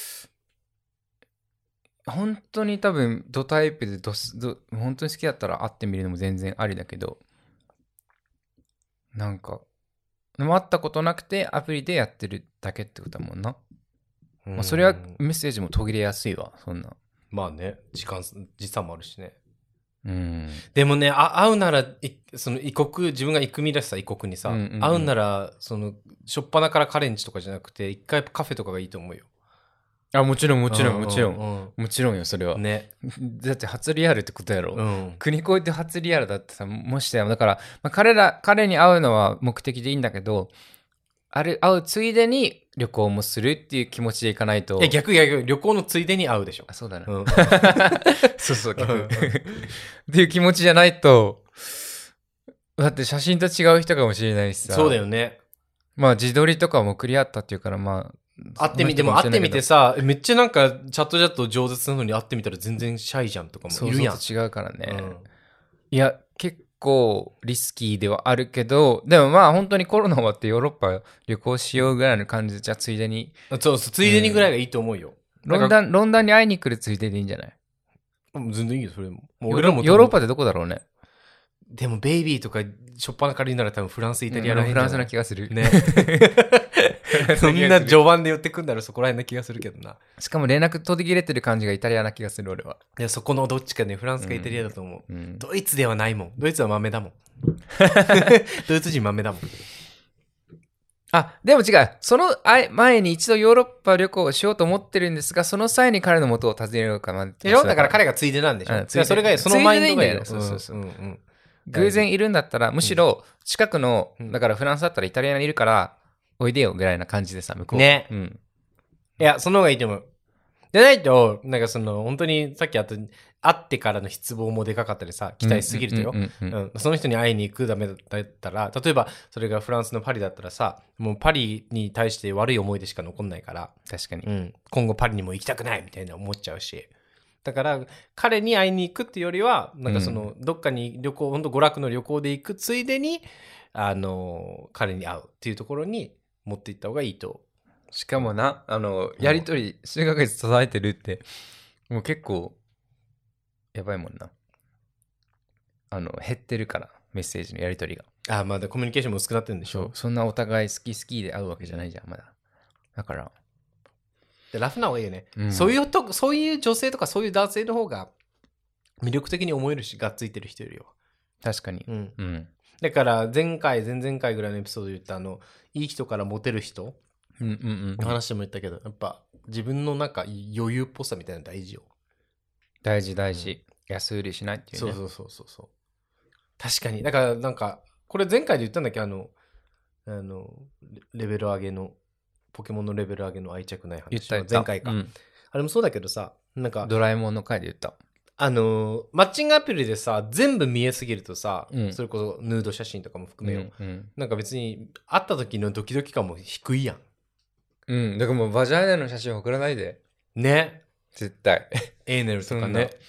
本当に多分ドタイプでドスド本当に好きだったら会ってみるのも全然ありだけど、なんか会ったことなくてアプリでやってるだけってことだもんな。ん、まあ、それはメッセージも途切れやすいわ、そんな。 まあね、時間時差もあるしね。 うん、 でもね、あ会うならその異国、自分が行く身だしさ、異国にさ、うんうんうん、会うならその初っ端からカレンチとかじゃなくて一回カフェとかがいいと思うよ。 あ、もちろんもちろんもちろん、うんうん、もちろんよ、それはね。だって初リアルってことやろ、うん、国越えて初リアルだってさ、もしだよ。だから、まあ、彼ら彼に会うのは目的でいいんだけど、あれ会うついでに旅行もするっていう気持ちでいかないと。 いや、逆逆、旅行のついでに会うでしょ。 あ、そうだな、うん、そうそう、逆っていう気持ちじゃないと、だって写真と違う人かもしれないしさ。 そうだよね。 まあ自撮りとかも送り合ったっていうから、まあ会ってみても会ってみてさ、めっちゃなんかチャットチャット上手なのに会ってみたら全然シャイじゃんとかもいるやん。 そうそうと違うからね、うん、いや結構リスキーではあるけど、でもまあ本当にコロナ終わってヨーロッパ旅行しようぐらいの感じで、じゃあついでに、 そうそう、ついでにぐらいがいいと思うよ、 うん、ロンダンロンダンに会いに来るついででいいんじゃない？ 全然いいよ、それも。 もう俺らもヨーロッパでどこだろうね。 でもベイビーとかしょっぱなから言うなら多分フランス、イタリアらへん、 フランスな気がするね。そんな序盤で寄ってくんだらそこらへんな気がするけどな。 しかも連絡途切れてる感じがイタリアな気がする、俺は。 いや、そこのどっちかね、フランスかイタリアだと思う、うんうん、ドイツではないもん。ドイツは豆だもん。ドイツ人豆だもん。 あ、でも違う。その前に一度ヨーロッパ旅行をしようと思ってるんですが、その際に彼の元を訪ねようかなって。 だから彼がついでなんでしょ。うん、それがそのマインドがいいよ。 そうそうそう。うんうん、偶然いるんだったら、むしろ近くの、うん、だからフランスだったらイタリアにいるから、おいでよぐらいな感じでさ、向こう。 ね。うん。いや、その方がいいと思う。でないと、なんかその、本当にさっきあった、会ってからの失望もでかかったりさ、期待しすぎるとよ。その人に会いに行くダメだったら、例えばそれがフランスのパリだったらさ、もうパリに対して悪い思い出しか残んないから。 確かに。 うん。今後パリにも行きたくないみたいな思っちゃうし。だから彼に会いに行くっていうよりはなんかそのどっかに旅行、うん、本当娯楽の旅行で行くついでにあの彼に会うっていうところに持っていった方がいいと。 しかもな、あのやりとり数ヶ月途絶えてるってもう結構やばいもんな。あの減ってるからメッセージのやり取りが。 ああ、まだコミュニケーションも薄くなってるんでしょ。 そう、そんなお互い好き好きで会うわけじゃないじゃんまだ。だからでラフな方がいいよね、うん、そういうとそういう女性とかそういう男性の方が魅力的に思えるし、がっついてる人よりは。 確かに、 うんうん、だから前回前々回ぐらいのエピソードで言ったあのいい人からモテる人の話でも言ったけど、やっぱ自分のなんか余裕っぽさみたいなの大事よ。 大事大事、うん、安売りしないっていうね。 そうそうそうそう。確かに。だからなんかこれ前回で言ったんだっけ、あのあのレベル上げのポケモンのレベル上げの愛着ない話。 言った言った前回か、うん、あれもそうだけどさ、なんかドラえもんの回で言った。 あのマッチングアプリでさ全部見えすぎるとさ、うん、それこそヌード写真とかも含めよう、うんうん、なんか別に会った時のドキドキ感も低いやん。 うん、だからもうバジャイナの写真送らないでね、 絶対エーネルとかね。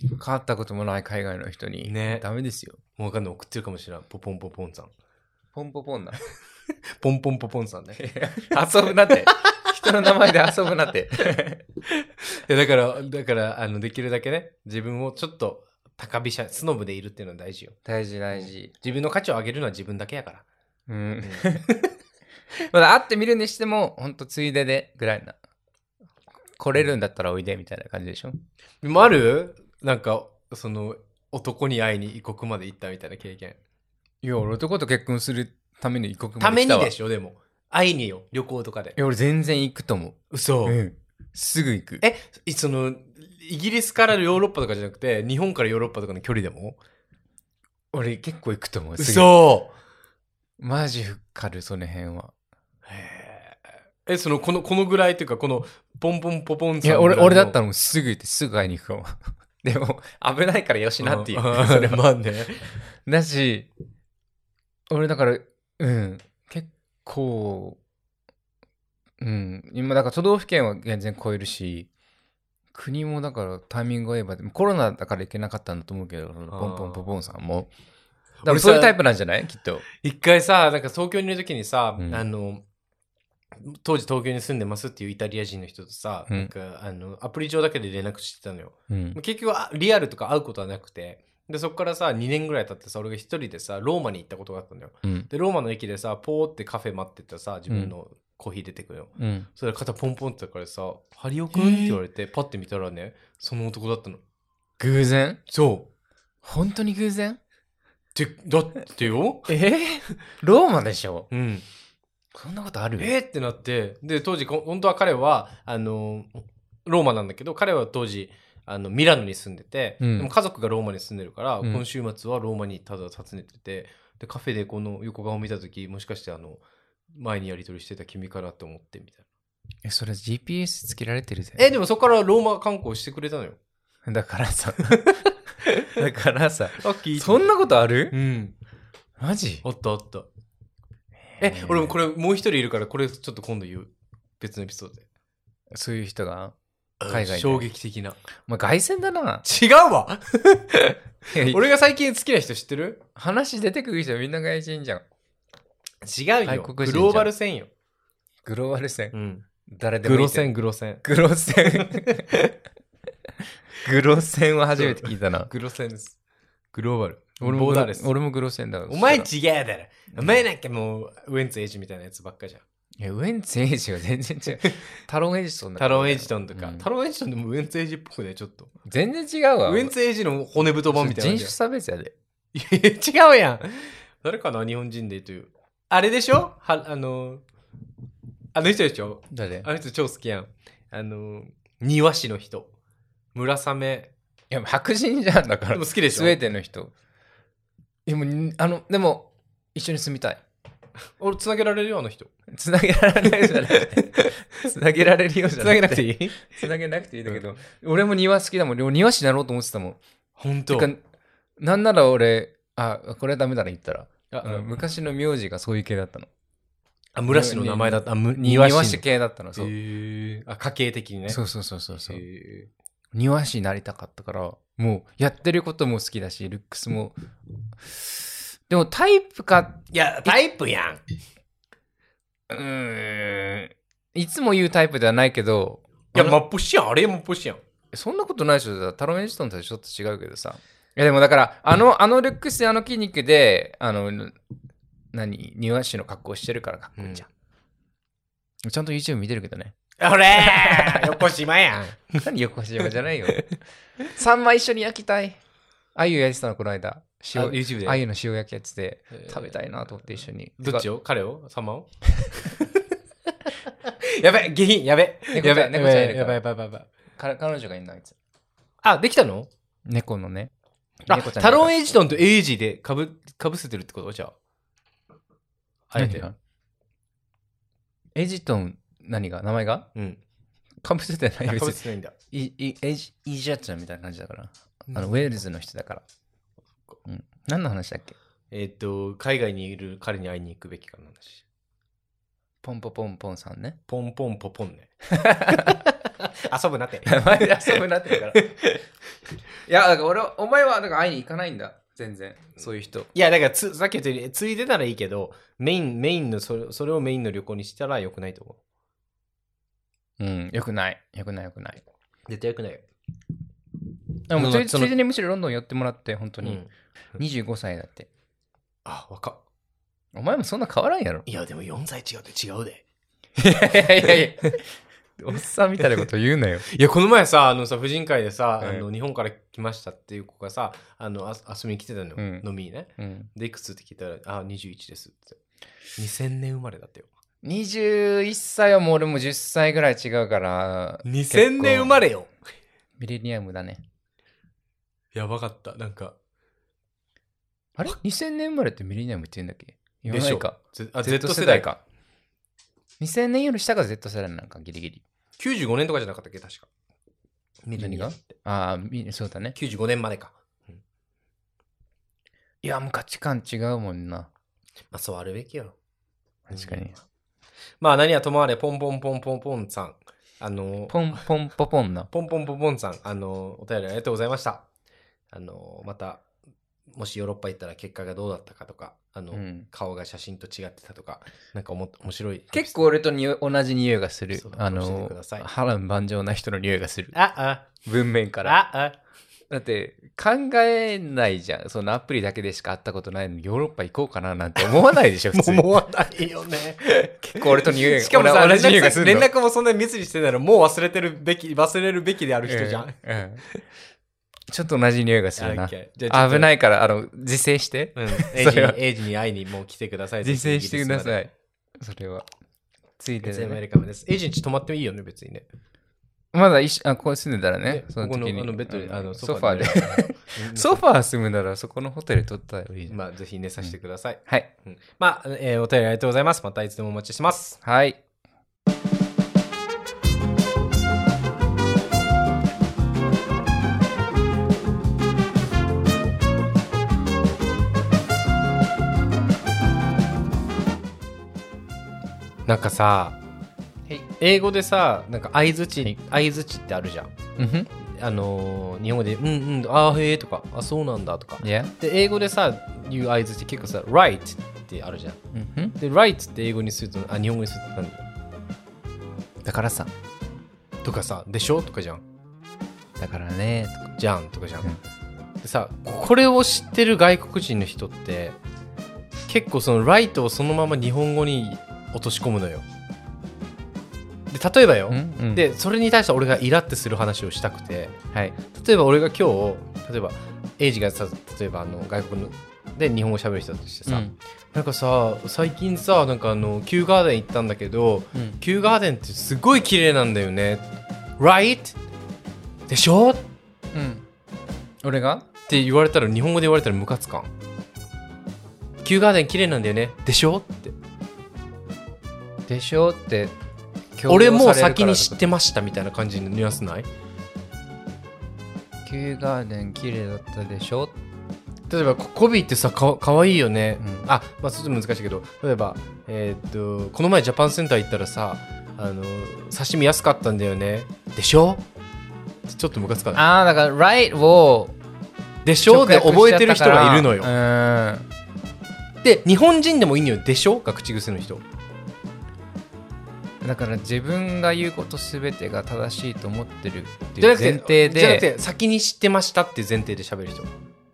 会ったこともない海外の人に。 ね。 ダメですよ。 もうわかんない。送ってるかもしれん。ポポンポポンさん。 ポンポポンな。 ポンポンポポンさんね。 遊ぶなって。人の名前で遊ぶなって。 いやだから、だから、あの、できるだけね、自分をちょっと高飛車、スノブでいるっていうのは大事よ。 大事大事。 自分の価値を上げるのは自分だけやから。 うん。まだ会ってみるにしても、ほんとついででぐらいな。来れるんだったらおいでみたいな感じでしょ。 でもある？なんか、その、男に会いに異国まで行ったみたいな経験。 いや、俺男と結婚するために異国まで来たわ。ためにでしょ、でも。会いによ、旅行とかで。 いや、俺全然行くと思う。 嘘。 うん。すぐ行く。 え、その、イギリスからヨーロッパとかじゃなくて、日本からヨーロッパとかの距離でも？ 俺結構行くと思う。 嘘。 マジふっかる、その辺は。 へえ。え、その、この、このぐらいっていうか、この、ポンポンポポンさん。 いや、俺、俺だったらもうすぐ行ってすぐ会いに行くかも。でも、危ないからよしなっていう。 それまあね。 だし、俺だから、うん、結構、うん、今だから都道府県は全然超えるし、国もだからタイミングを合えば、コロナだから行けなかったんだと思うけど、ポンポンポポンさんも。だからそういうタイプなんじゃないきっと。 一回さ、なんか東京にいる時にさ、 うん、 あの、当時東京に住んでますっていうイタリア人の人とさ、 うん、 なんかあのアプリ上だけで連絡してたのよ、 うん、 結局リアルとか会うことはなくて、でそこからさにねんぐらい経ってさ、俺が一人でさローマに行ったことがあったのよ、 うん、 でローマの駅でさポーってカフェ待ってたさ、自分のコーヒー出てくるよ、うん、それ肩ポンポンってからさ、ハリオくんって言われて、パッて見たらね、その男だったの。 偶然？ そう。 本当に偶然？ ってだってよ。 えー、ローマでしょ？ うん。 そんなことある？ えーってなって、で当時本当は彼はあのローマなんだけど、彼は当時あのミラノに住んでて、うん、でも家族がローマに住んでるから、うん、今週末はローマにただ訪ねてて、でカフェでこの横顔を見た時、もしかしてあの前にやり取りしてた君かなって思ってみたいな。 え、それ ジーピーエス つけられてるぜ。 え、でもそこからローマ観光してくれたのよ。 だからさだからさそんなことある？ うん。 マジ？ あったあった。え、俺もこれもう一人いるから、これちょっと今度言う。別のエピソードで。 そういう人が海外で。 衝撃的な。 まあ、凱旋だな。 違うわ俺が最近好きな人知ってる？ 話出てくる人みんな外人じゃん。 違うよ。グローバル戦よ。 グローバル戦。 うん。 誰でもいい。 グロ戦、グロ戦。 グロ戦。グロ戦は初めて聞いたな。 グロ戦です。グローバル。 俺もボーダーレス。俺もグロ戦だから。 お前違うだろ。お前なんかもう、ウエンツエイジみたいなやつばっかじゃん。 いや、ウエンツエイジは全然違う。タロンエイジトンだタロンエイジトンとか。うん、タロンエイジトンでもウエンツエイジっぽくね、ちょっと。 全然違うわ。 ウエンツエイジの骨太版みたいな。 人種差別やで。 いや、違うやん。誰かな、日本人でという。あれでしょは、あの、あの人でしょ誰？ あの人超好きやん。あの、庭師の人。村雨。 いや、白人じゃんだから。 でも好きでしょ？ スウェーデンの人。でも、あの、でも、一緒に住みたい。 俺、つなげられるよ、あの人。 つなげられないじゃない。つなげられるよじゃない。 つなげなくていい？ つなげなくていいんだけど、うん、俺も庭好きだもん。俺庭師になろうと思ってたもん。 本当？ てか、なんなら俺、あ、これはダメだな、言ったら。 あ、 うん、昔の名字がそういう系だったの。 あ、村氏の名前だった。あ、 庭師系だったの。そう。 へー。あ、家系的にね。 そうそうそうそうそう。庭師になりたかったから、もうやってることも好きだし、ルックスも。でもタイプか。 いや、タイプやん。 うーん。いつも言うタイプではないけど。 いや、マップしやん。あれマップしやん。 そんなことないでしょ。タロメンジトンとちょっと違うけどさ。いやでもだから、あの、あのルックスであの筋肉で、あの、何庭師の格好してるからかっこいいじゃん。うん、ちゃんと YouTube 見てるけどね。 あれー横島やん。 何横島じゃないよ。サンマ一緒に焼きたい。あゆやってたのこの間。 塩 YouTube で。 あゆの塩焼きやつで食べたいなと思って一緒に。 どっちを？彼を？サンマを？やべ、下品、やべ。 やべ、猫ちゃんいるやばいやばいやばいやばい。 彼女がいるのあいつ。 あ、できたの？ 猫のね。 あ、タロンエイジトンとエイジでかぶ、かぶせてるってことじゃあ。あえて。 エイジトン、何が名前が？ うん。 かぶせてない。 かぶせてないんだ。 イージャッチャーみたいな感じだから。あの、ウェールズの人だから。うん。何の話だっけ？ えっと、海外にいる彼に会いに行くべきかの話。 ポンポポンポンさんね。 ポンポンポポンね。 遊ぶなってマジで遊ぶなってからいやだから俺お前はだから会いに行かないんだ全然そういう人。 いやだからつさっき言ったようについでたらいいけどメインメインのそれ、それをメインの旅行にしたらよくないと思う。うんよくないよくないよくない。 絶対よくないよ。 でもついついでにむしろロンドン寄ってもらって本当に、うん、にじゅうごさいだって。 あ若っ。 お前もそんな変わらんやろ。 いやでもよんさい違うって違うで。 いやいやいやおっさんみたいなこと言うなよ。 いやこの前さあのさ婦人会でさ、はい、あの日本から来ましたっていう子がさあのあ遊びに来てたのよ、うん、飲みにね、うん、でいくつって聞いたらあにじゅういちですってにせんねん生まれだったよ。 にじゅういっさいはもう俺もじゅっさいぐらい違うからにせんねん生まれよ。 ミレニアムだね。 やばかったなんかあれにせんねん生まれってミレニアムって言うんだっけ。 でしょかあ Z 世代か。 にせんねんより下が Z 世代なんかギリギリ。 きゅうじゅうごねんとかじゃなかったっけ確か。 何がああそうだね。 きゅうじゅうごねんまでか。うん、 いやもう価値観違うもんな。 まあそうあるべきよ。 確かに。うん、 まあ何はともあれポンポンポンポンポンさん。あのポンポンポポンな。 ポンポンポポンさんあのお便りありがとうございました。あのまたもしヨーロッパ行ったら結果がどうだったかとかあの、うん、顔が写真と違ってたとかなんかおも面白い。 結構俺とに同じ匂いがする。あの波乱万丈な人の匂いがする。 ああ文面から。 ああだって考えないじゃん。そのアプリだけでしか会ったことないのにヨーロッパ行こうかななんて思わないでしょ普通に。 思わないよね。 結構俺と匂いがしかもさ同じ匂いがするの。連絡もそんなに密にしてたらもう忘れてるべき忘れるべきである人じゃん。うんうんちょっと同じ匂いがするな。危ないから、あの、自制して。 うん。エイジに、エイジに会いにもう来てください。 自制してください。それは。ついてね。アメリカです。エイジに泊まってもいいよね、別にね。 まだ一緒、あ、ここ住んでたらね。 その時に。ここの、あの、ベッドで、あの、 ソファーで。ソファー住むならそこのホテル取ったらいい。 まあ、ぜひ寝させてください。 はい。 まあ、えー、お便りありがとうございます。またいつでもお待ちしてます。 はい。 なんかさ、英語でさ、なんか相づち、相づちってあるじゃん。 うん、 あのー、日本語で、うんうん、あーへーとか、あ、そうなんだとか。 Yeah. で、英語でさ、言う相づち結構さ、right ってあるじゃん。 うん、 で、right って英語にすると、あ、日本語にすると何だからさ。 とかさ、でしょとかじゃん。 だからねとかじゃんとかじゃん。うん、でさ、これを知ってる外国人の人って、結構その right をそのまま日本語に落とし込むのよ。で例えばよ、うんうん、でそれに対して俺がイラってする話をしたくて、 はい、 例えば俺が今日例えばエイジがさ例えばあの外国で日本語喋る人としてさ、うん、なんかさ最近さなんかあのキューガーデン行ったんだけど、うん、キューガーデンってすごい綺麗なんだよね right でしょ、うん、 俺がって言われたら日本語で言われたらムカつかん。キューガーデン綺麗なんだよねでしょってでしょって俺もう先に知ってましたみたいな感じのニュアンスない？ キューガーデン綺麗だったでしょ。 例えばコビーってさ か, かわいいよね、うん、あまあちょっと難しいけど例えば、えー、っとこの前ジャパンセンター行ったらさあの刺身安かったんだよねでしょ。ちょっとムカつかない？ ああだから right をでしょで覚えてる人がいるのよ。うんで日本人でもいいのよでしょが口癖の人だから自分が言うことすべてが正しいと思ってるっていう前提でじゃなくて先に知ってましたっていう前提で喋る人。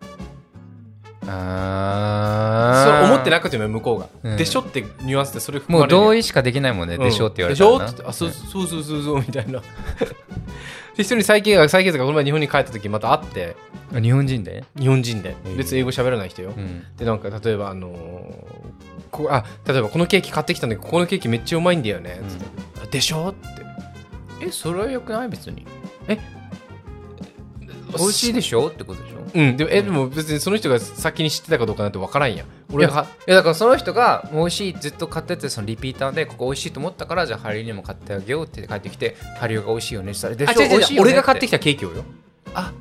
あそう思ってなくても向こうが、うん、でしょってニュアンスでそれ含まれるもう同意しかできないもんね、うん、でしょって言われたらなでしょってあそうそうそうそうそうみたいなで一人最近最近とかこの前日本に帰った時また会って日本人で日本人で別に英語喋らない人よ、うん、でなんか例えばあのー、こあ例えばこのケーキ買ってきたんだけどここのケーキめっちゃうまいんだよね、うん、でしょってえそれはよくない別にえ美味しいでしょってことでしょ。 うんでもえでも別にその人が先に知ってたかどうかなんて分からんやん俺が。 いやだからその人が美味しいずっと買っててそのリピーターでここ美味しいと思ったからじゃあハリーにも買ってあげようって帰ってきてハリーが美味しいよねって言ったらでしょ美味しいよねって俺が買ってきたケーキをよあ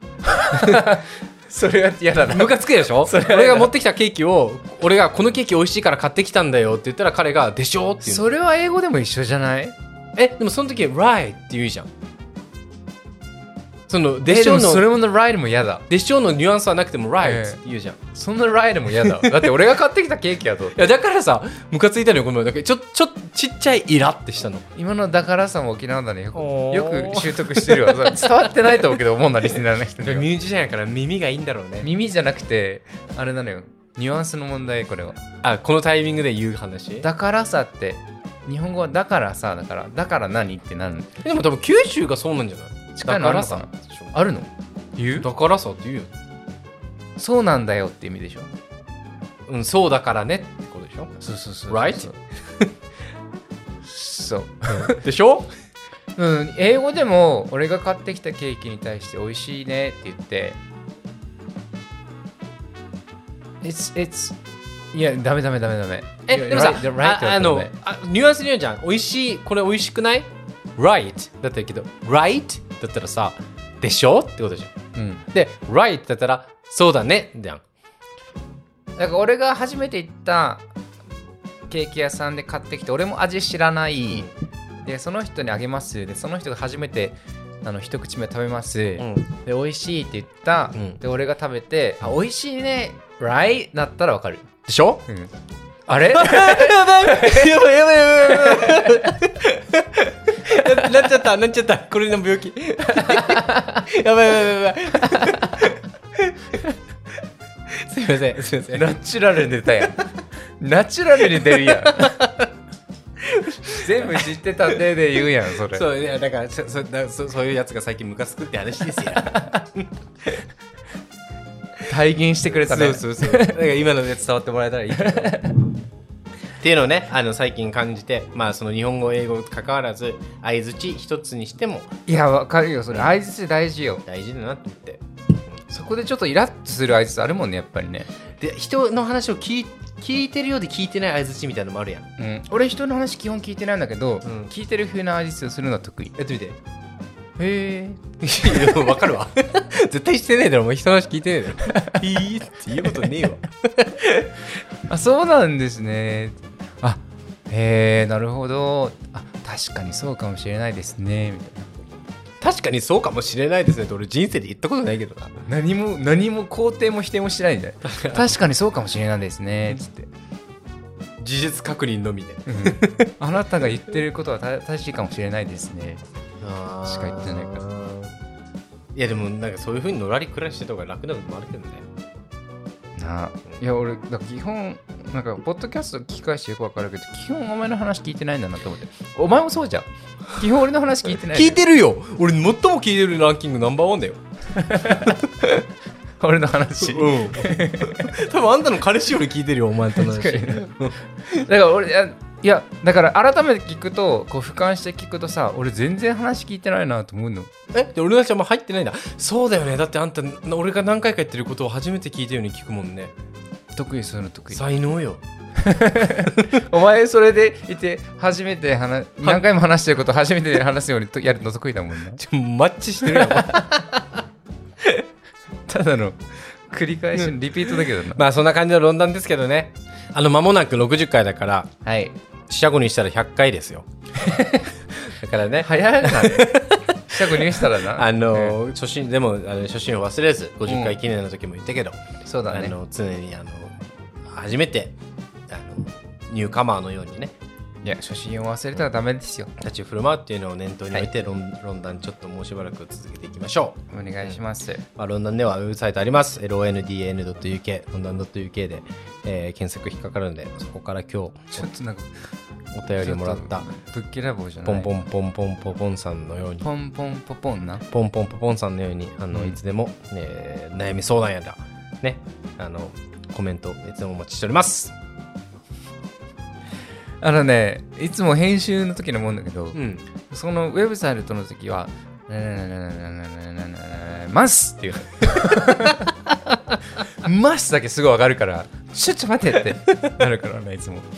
それは嫌だなムカつくでしょ俺が持ってきたケーキを俺がこのケーキ美味しいから買ってきたんだよって言ったら彼がでしょって言う。 それは英語でも一緒じゃない？ えでもその時は right って言うじゃんそのでしょうのそれもの right も嫌だ。 でしょうのニュアンスはなくても right って言うじゃん、 えー、そんな right も嫌だ。だって俺が買ってきたケーキやと。 いやだからさムカついたのよこのだけちょちょちっちゃいイラってしたの。 今のだからさも沖縄だね。よくよく習得してるわ。伝わってないと思うけど思うなリスナーの人には。 ミュージシャンやから耳がいいんだろうね。 耳じゃなくてあれなのよ、ニュアンスの問題。これはあこのタイミングで言う話。 だからさって日本語はだからさだからだから何ってなる。 でも多分九州がそうなんじゃない。 近いのあるのかな。あるの言うだからさって言うよ。 そうなんだよって意味でしょ。 うんそうだからねってことでしょ。 そうそうそう right そうでしょ。 うん英語でも俺が買ってきたケーキに対して美味しいねって言って It's it's いやダメダメダメダメ。 えでもさ right, right ああのあニュアンスに言うじゃん。美味しいこれ美味しくない right だったけど right だったらさでしょってことじゃん、うん、で right だったらそうだねじゃん。 だから俺が初めて行ったケーキ屋さんで買ってきて俺も味知らない、うん、でその人にあげます。でその人が初めてあの一口目食べます、うん、で美味しいって言った、うん、で俺が食べてあ美味しいね right だったらわかるでしょ、うん、 あれやばいやばいやばいやばいなっちゃったなっちゃったこれの病気やばいやばいやばいすいませんすいません。 ナチュラルに出たやん。ナチュラルに出るやん。全部知ってた手で言うやんそれ。 そういやだからそそだそそういうやつが最近ムカつくって話ですよ。 体現してくれたね。 そうそうそうだから今ので伝わってもらえたらいいっていうのをねあの最近感じて、まあその日本語英語関わらず相づち一つにしてもいやわかるよそれ。相づち大事よ。 大事だなと思って、 そこでちょっとイラッとする相づちあるもんねやっぱりね。 で人の話を聞い聞いてるようで聞いてない相づちみたいなのもあるやん、 うん、俺人の話基本聞いてないんだけど、うん、聞いてる風な相づちをするのは得意。 やってみて。 へえ分かるわ絶対してねえだろお前人の話聞いてねえだろいいって言うことねえわあそうなんですね。あへえなるほど。あ確かにそうかもしれないですねみたいな。 確かにそうかもしれないですねって俺人生で言ったことないけどな。 何も何も肯定も否定もしてないんだよ確かにそうかもしれないですねつって事実確認のみで、 うん、あなたが言ってることは正しいかもしれないですねあしか言ってないから。 いやでもなんかそういう風にのらりくらいしてた方が楽なのもあるけどねなあ。いや俺だから基本なんかポッドキャスト聞き返してよく分かるけど基本お前の話聞いてないんだなと思って。お前もそうじゃん。基本俺の話聞いてない。 聞いてるよ。俺最も聞いてるランキングナンバーワンだよ俺の話、うん、 多分あんたの彼氏より聞いてるよお前との話だから俺いやだから改めて聞くとこう俯瞰して聞くとさ俺全然話聞いてないなと思うの。 えで俺の話はもう入ってないんだ。そうだよね。だってあんた俺が何回か言ってることを初めて聞いたように聞くもんね。 得意そういうの得意。 才能よお前それでいて初めて話何回も話してることを初めて話すようにやるの得意だもんな。 ちょマッチしてるやんただの繰り返しリピートだけどな、うん、 まあそんな感じの論談ですけどね。あの間もなくろくじゅっかいだからはい四捨五入したらひゃっかいですよだからね早いな四捨五入したらなあの、ね、初心でもあの初心を忘れずごじゅっかい記念の時も言ったけど、 うん、そうだね。 あの常にあの初めてあのニューカマーのようにね。 いや初心を忘れたらダメですよ。 立ち振る舞うっていうのを念頭に置いて、はい、論, 論談ちょっともうしばらく続けていきましょう。お願いします、 うんまあ、論談ではウェブサイトあります エルオーエヌディーエヌドットユーケー 論談 .uk で、えー、検索引っかかるのでそこから今日ちょっとなんかお便りもらったぶっきらぼうじゃないポンポンポンポンポポンさんのようにポンポンポポンなポンポンポポンさんのようにあの、うん、いつでも、えー、悩み相談やらねあのコメントいつでもお待ちしております。 あのねいつも編集の時のもんだけど、 うん、 そのウェブサイトの時はますっていうますだけすごいわかるからちょっと待ってってなるからねいつも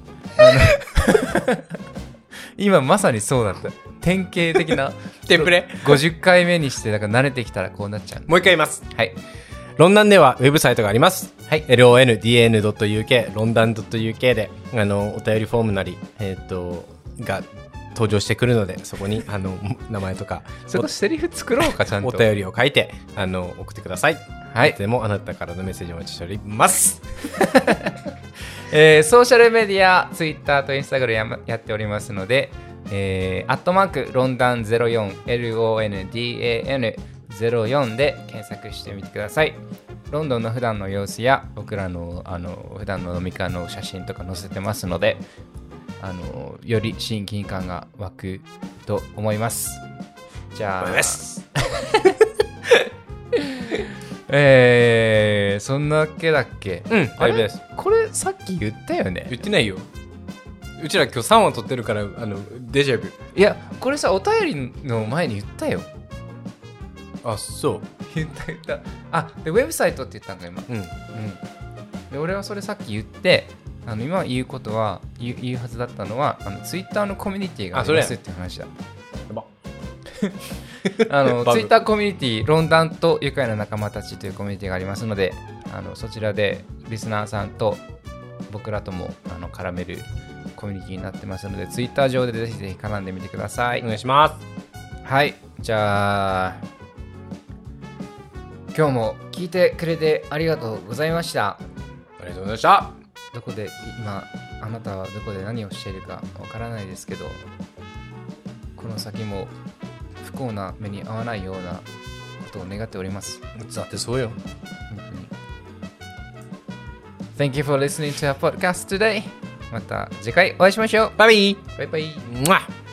今まさにそうだった。典型的なテンプレごじゅっかいめにしてだから慣れてきたらこうなっちゃう。 もう一回言います。 はい。 論談ではウェブサイトがあります。 はい。 エルオーエヌディーエヌドットユーケー 論談 .uk であのお便りフォームなりえっとが登場してくるので、そこにあの名前とかそこセリフ作ろうか、ちゃんとお便りを書いてあの送ってください。 はい。 でもあなたからのメッセージお待ちしております。 えー、ソーシャルメディア、ツイッターとインスタグラム や, やっておりますので、えー、アットマークロンダンゼロよん ロンダンゼロよん で検索してみてください。ロンドンの普段の様子や僕らのあの普段の飲み会の写真とか載せてますので、あのより親近感が湧くと思います。じゃあえー、そんなわけだっけ。 うん、大丈夫です。 これさっき言ったよね。 言ってないよ。うちら今日さんわ撮ってるから、あのデジャブ。 いや、これさ、お便りの前に言ったよ。 あ、そう言った言った。あ、でウェブサイトって言ったんか今。 うん、うん、 で俺はそれさっき言って、あの今言うことは言う、言うはずだったのは、あのツイッターのコミュニティがありますっていう話だ。 やばあのツイッターコミュニティ、ロンダンと愉快な仲間たちというコミュニティがありますので、あのそちらでリスナーさんと僕らともあの絡めるコミュニティになってますので、ツイッター上でぜひぜひ絡んでみてください。 お願いします。 はい、じゃあ今日も聞いてくれてありがとうございました。 ありがとうございました。 どこで今あなたはどこで何をしているかわからないですけど、この先も不幸な目に遭わないようなことを願っております。 だってそうよ。 本当に。Thank you for listening to our podcast today. また次回お会いしましょう。 バイビー。 バイバイ。 ムワッ。